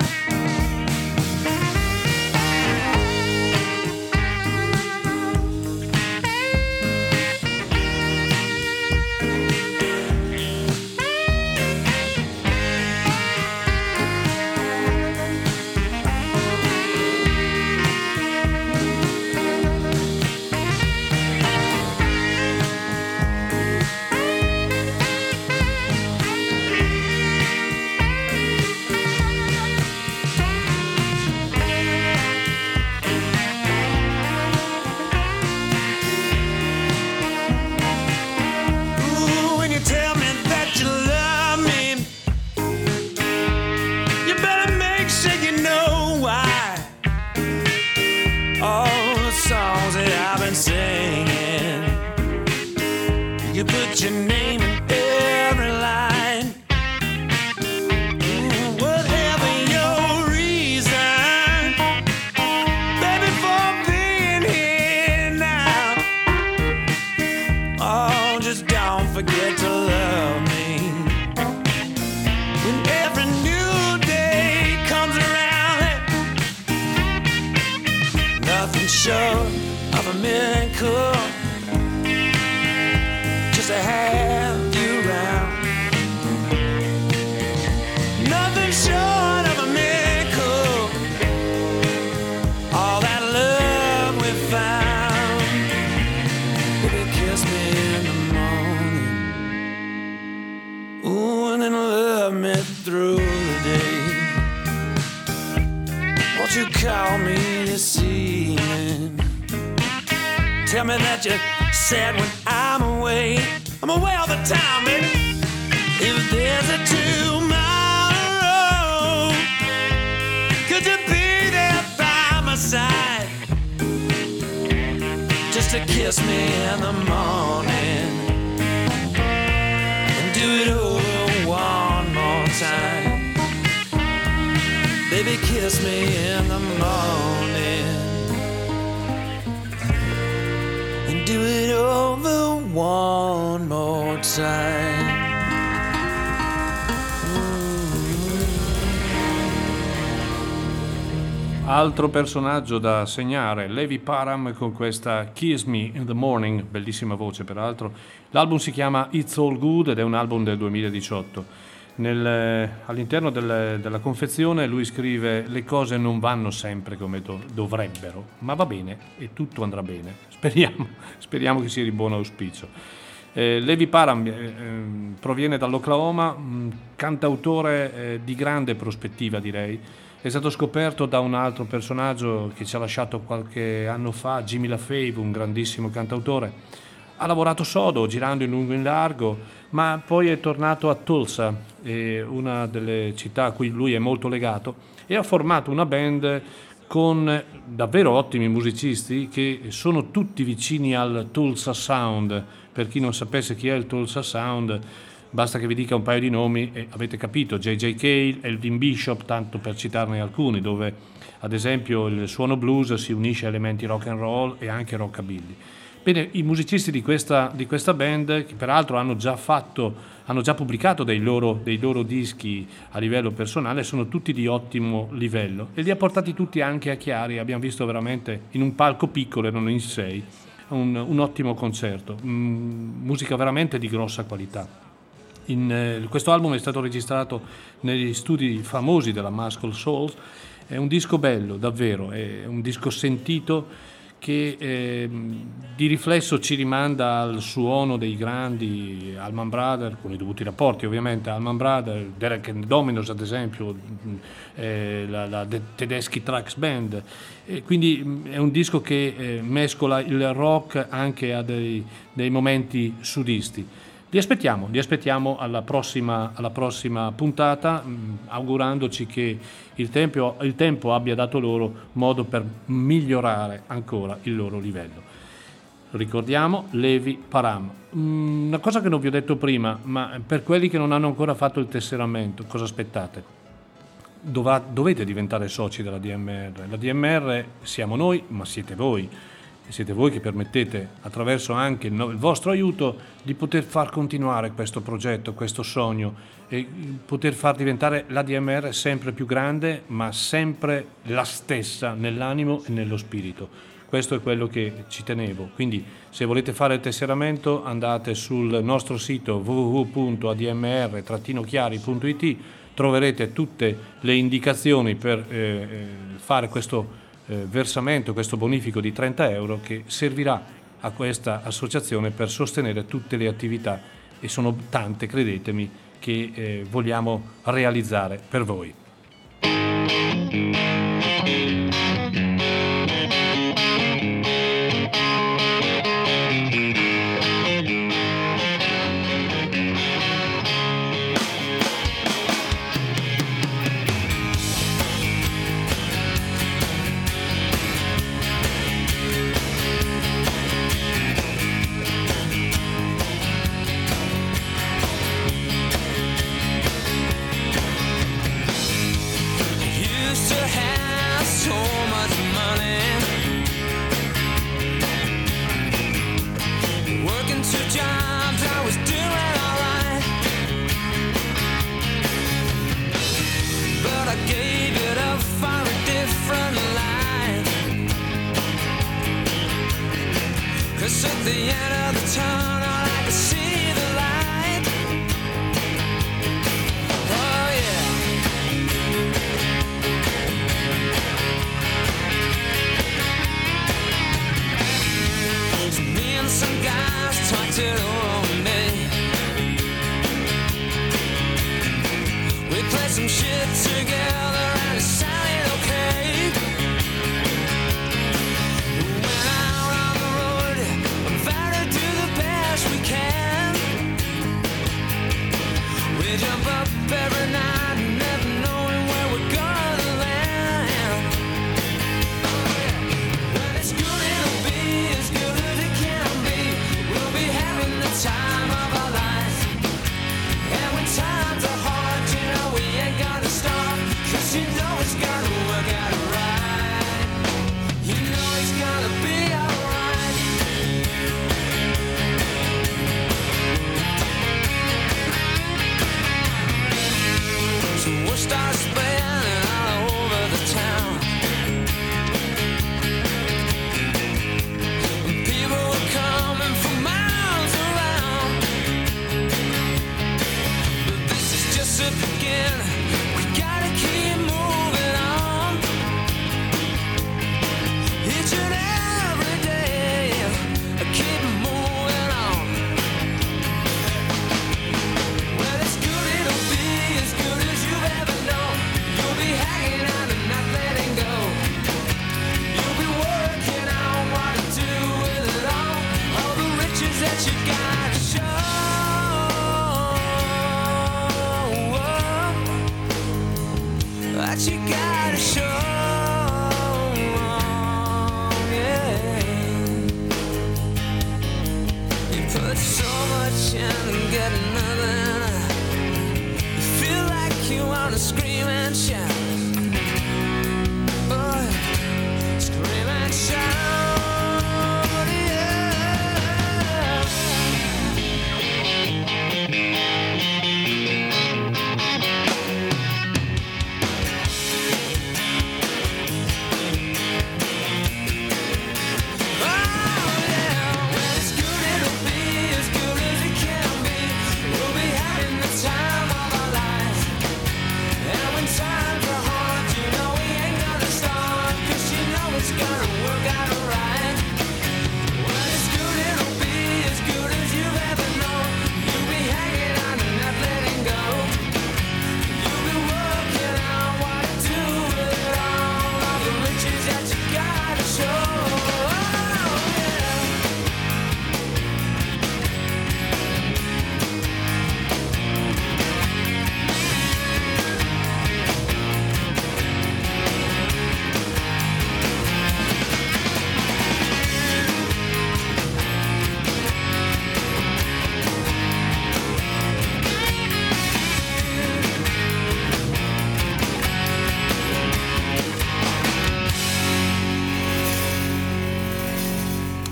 You put your name in every line. Whatever your reason, baby, for being here now. Oh, just don't forget to love me. When every new day comes around, nothing short of a miracle to have you around. Nothing short of a miracle, all that love we found. Baby, kiss me in the morning, ooh, and then love me through the day. Won't you call me this evening? Tell me that you're sad when I'm away. I'm away all the time, baby. If there's a tomorrow, could you be there by my side? Just to kiss me in the morning and do it over one more time. Baby, kiss me in the morning and do it over one more time. Altro personaggio da segnare, Levi Parham con questa Kiss Me in the Morning, bellissima voce peraltro. L'album si chiama It's All Good ed è un album del 2018. All'interno della confezione lui scrive: le cose non vanno sempre come dovrebbero, ma va bene e tutto andrà bene. Speriamo che sia di buon auspicio. Levi Parham proviene dall'Oklahoma, un cantautore di grande prospettiva, direi. È stato scoperto da un altro personaggio che ci ha lasciato qualche anno fa, Jimmy LaFave, un grandissimo cantautore. Ha lavorato sodo, girando in lungo e in largo, ma poi è tornato a Tulsa, una delle città a cui lui è molto legato, e ha formato una band con davvero ottimi musicisti che sono tutti vicini al Tulsa Sound. Per chi non sapesse chi è il Tulsa Sound, basta che vi dica un paio di nomi e avete capito: J.J. Cale, Elvin Bishop, tanto per citarne alcuni, dove ad esempio il suono blues si unisce a elementi rock and roll e anche rockabilly. Bene, i musicisti di questa band, che peraltro hanno già pubblicato dei loro dischi a livello personale, sono tutti di ottimo livello e li ha portati tutti anche a Chiari. Abbiamo visto veramente in un palco piccolo, erano in 6, un ottimo concerto, musica veramente di grossa qualità. Questo album è stato registrato negli studi famosi della Muscle Souls. È un disco bello, davvero, è un disco sentito, che di riflesso ci rimanda al suono dei grandi Allman Brothers, con i dovuti rapporti ovviamente, Allman Brothers, Derek and Dominos ad esempio, la Tedeschi Trucks Band, e quindi è un disco che mescola il rock anche a dei momenti sudisti. Li aspettiamo alla prossima puntata, augurandoci che il tempo abbia dato loro modo per migliorare ancora il loro livello. Ricordiamo Levi Param. Una cosa che non vi ho detto prima, ma per quelli che non hanno ancora fatto il tesseramento, cosa aspettate? Dovete diventare soci della DMR. La DMR siamo noi, ma siete voi. E siete voi che permettete, attraverso anche il vostro aiuto, di poter far continuare questo progetto, questo sogno, e poter far diventare la DMR sempre più grande, ma sempre la stessa nell'animo e nello spirito. Questo è quello che ci tenevo. Quindi se volete fare il tesseramento, andate sul nostro sito www.admr-chiari.it, troverete tutte le indicazioni per fare questo versamento, questo bonifico di 30 euro che servirà a questa associazione per sostenere tutte le attività, e sono tante, credetemi, che vogliamo realizzare per voi.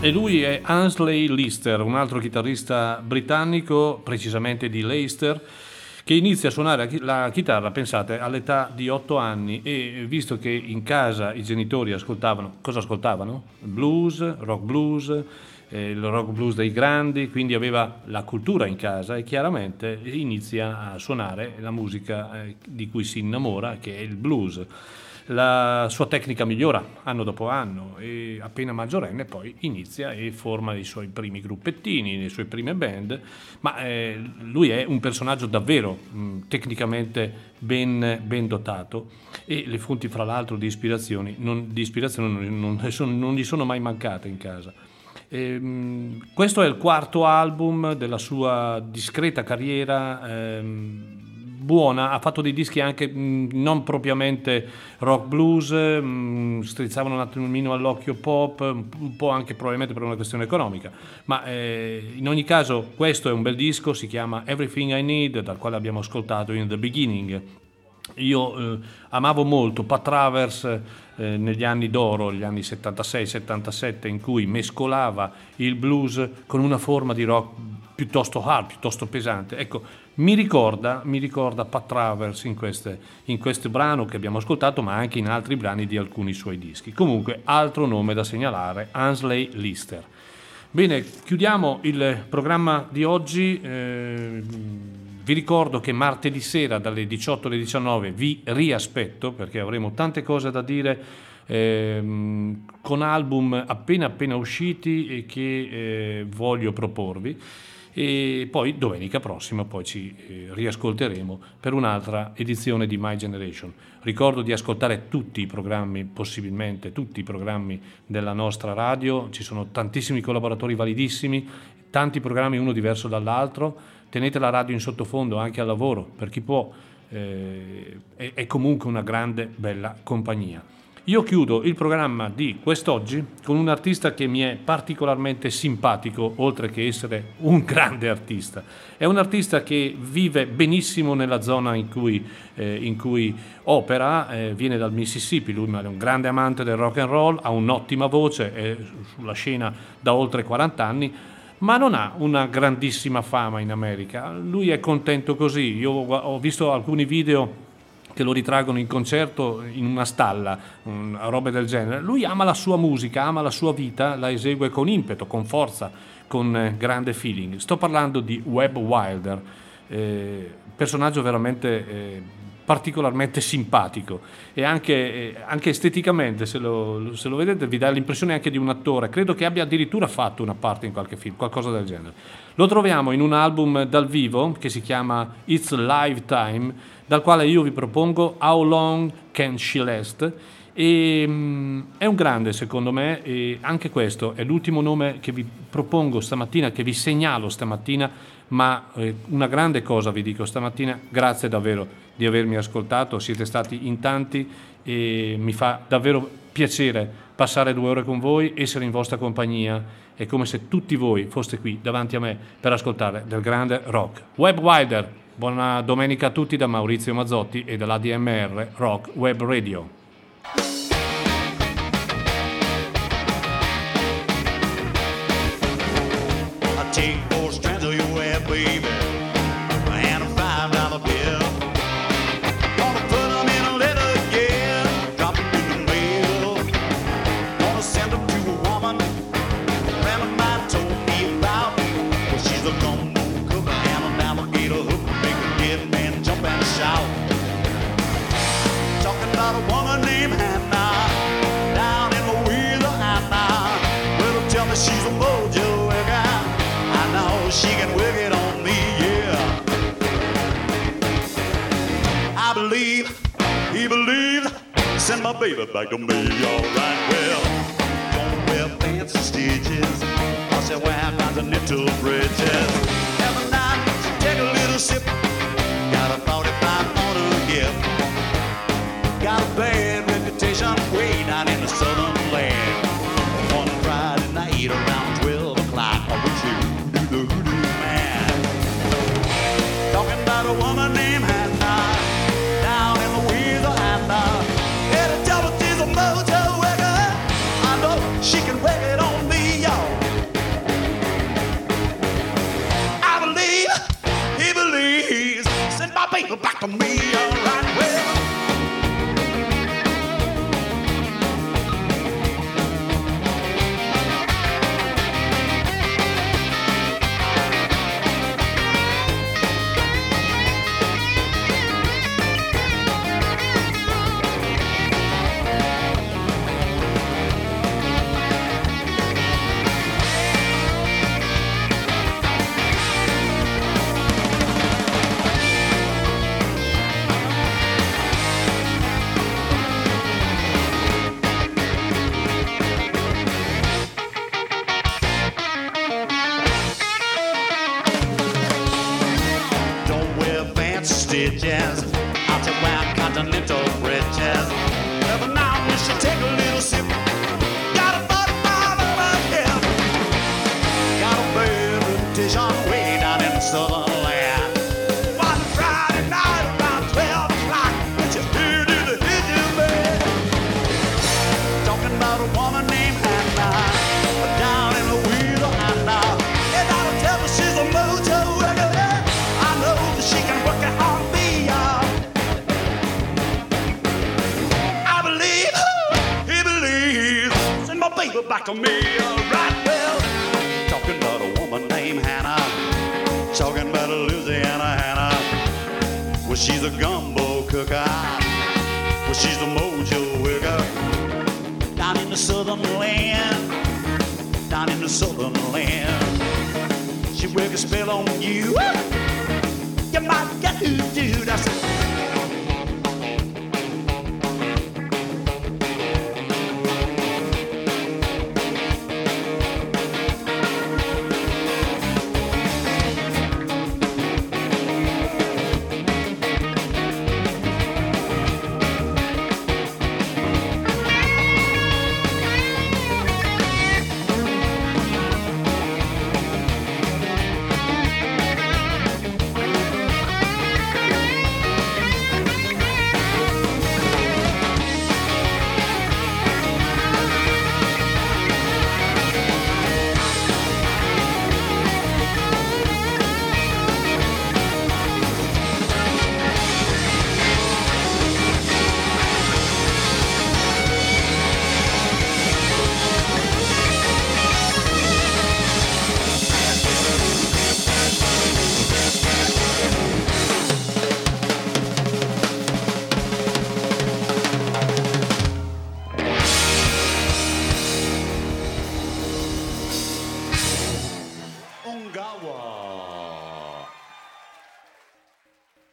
E lui è Ainsley Lister, un altro chitarrista britannico, precisamente di Leicester, che inizia a suonare la chitarra, pensate, all'età di 8 anni, e visto che in casa i genitori ascoltavano, cosa ascoltavano? Blues, rock blues, il rock blues dei grandi, quindi aveva la cultura in casa e chiaramente inizia a suonare la musica di cui si innamora, che è il blues. La sua tecnica migliora anno dopo anno e appena maggiorenne poi inizia e forma i suoi primi gruppettini, le sue prime band, ma lui è un personaggio davvero tecnicamente ben dotato, e le fonti fra l'altro di ispirazione non gli sono mai mancate in casa. Questo è il quarto album della sua discreta carriera, buona. Ha fatto dei dischi anche non propriamente rock blues, strizzavano un attimino all'occhio pop, un po' anche probabilmente per una questione economica, ma in ogni caso questo è un bel disco, si chiama Everything I Need, dal quale abbiamo ascoltato In the Beginning. Io amavo molto Pat Travers negli anni d'oro, gli anni 76-77, in cui mescolava il blues con una forma di rock piuttosto hard, piuttosto pesante. Ecco, mi ricorda Pat Travers in questo brano che abbiamo ascoltato, ma anche in altri brani di alcuni suoi dischi. Comunque, altro nome da segnalare, Ainsley Lister. Bene, chiudiamo il programma di oggi. Vi ricordo che martedì sera dalle 18 alle 19 vi riaspetto, perché avremo tante cose da dire, con album appena usciti e che voglio proporvi. E poi domenica prossima poi ci riascolteremo per un'altra edizione di My Generation. Ricordo di ascoltare tutti i programmi, possibilmente tutti i programmi della nostra radio, ci sono tantissimi collaboratori validissimi, tanti programmi uno diverso dall'altro. Tenete la radio in sottofondo anche al lavoro, per chi può, è comunque una grande bella compagnia. Io chiudo il programma di quest'oggi con un artista che mi è particolarmente simpatico, oltre che essere un grande artista. È un artista che vive benissimo nella zona in cui opera, viene dal Mississippi, lui è un grande amante del rock and roll, ha un'ottima voce, è sulla scena da oltre 40 anni, ma non ha una grandissima fama in America. Lui è contento così. Io ho visto alcuni video che lo ritraggono in concerto in una stalla, robe del genere. Lui ama la sua musica, ama la sua vita, la esegue con impeto, con forza, con grande feeling. Sto parlando di Webb Wilder, personaggio veramente particolarmente simpatico, e anche esteticamente, se lo vedete, vi dà l'impressione anche di un attore. Credo che abbia addirittura fatto una parte in qualche film, qualcosa del genere. Lo troviamo in un album dal vivo che si chiama It's Lifetime, dal quale io vi propongo How Long Can She Last, e è un grande secondo me, e anche questo è l'ultimo nome che vi propongo stamattina, che vi segnalo stamattina, ma una grande cosa vi dico stamattina: grazie davvero di avermi ascoltato, siete stati in tanti e mi fa davvero piacere passare 2 ore con voi, essere in vostra compagnia. È come se tutti voi foste qui davanti a me per ascoltare del grande rock. Webb Wilder, buona domenica a tutti da Maurizio Mazzotti e dall'ADMR Rock Web Radio. Take 4 strands of your hair, baby, and a $5 bill. Gonna put them in a letter again, drop it in the mail. Gonna send them to a woman a friend of mine told me about. Well, she's a gumbo cook and an alligator hook, make a dead man jump and shout. Talking about a woman named Hannah down in Louisiana. Well, tell me she's a mojo. She can work it on me, yeah. I believe, he believes, send my baby back to me, alright, well. Don't wear fancy stitches, I said wear continental bridges. Every night, take a little sip, got a 45 on her hip. Got a bad reputation way down in the southern land. One Friday night around 12 o'clock, I was here. Talking about a woman named Hannah down in Louisiana. Yeah, the devil is a mojo worker. I know she can work it on me, y'all. send my baby back to me, alright, well. Stitches, I'll take wild continental bridges. Every now and then she'll take a little sip. Got a 45 on her hip. Got a presentation way down in the southern land. One Friday night around 12 o'clock, and she's here to the hitting bed. Talking about a woman named Hannah, down in Louisiana. And I'll tell her she's a mojo worker. I know that she can work it hard. Baby back to me, alright, well. Talking about a woman named Hannah. Talking about a Louisiana Hannah. Well, she's a gumbo cooker. Well, she's a mojo worker. Down in the southern land. Down in the southern land. She work a spell on you.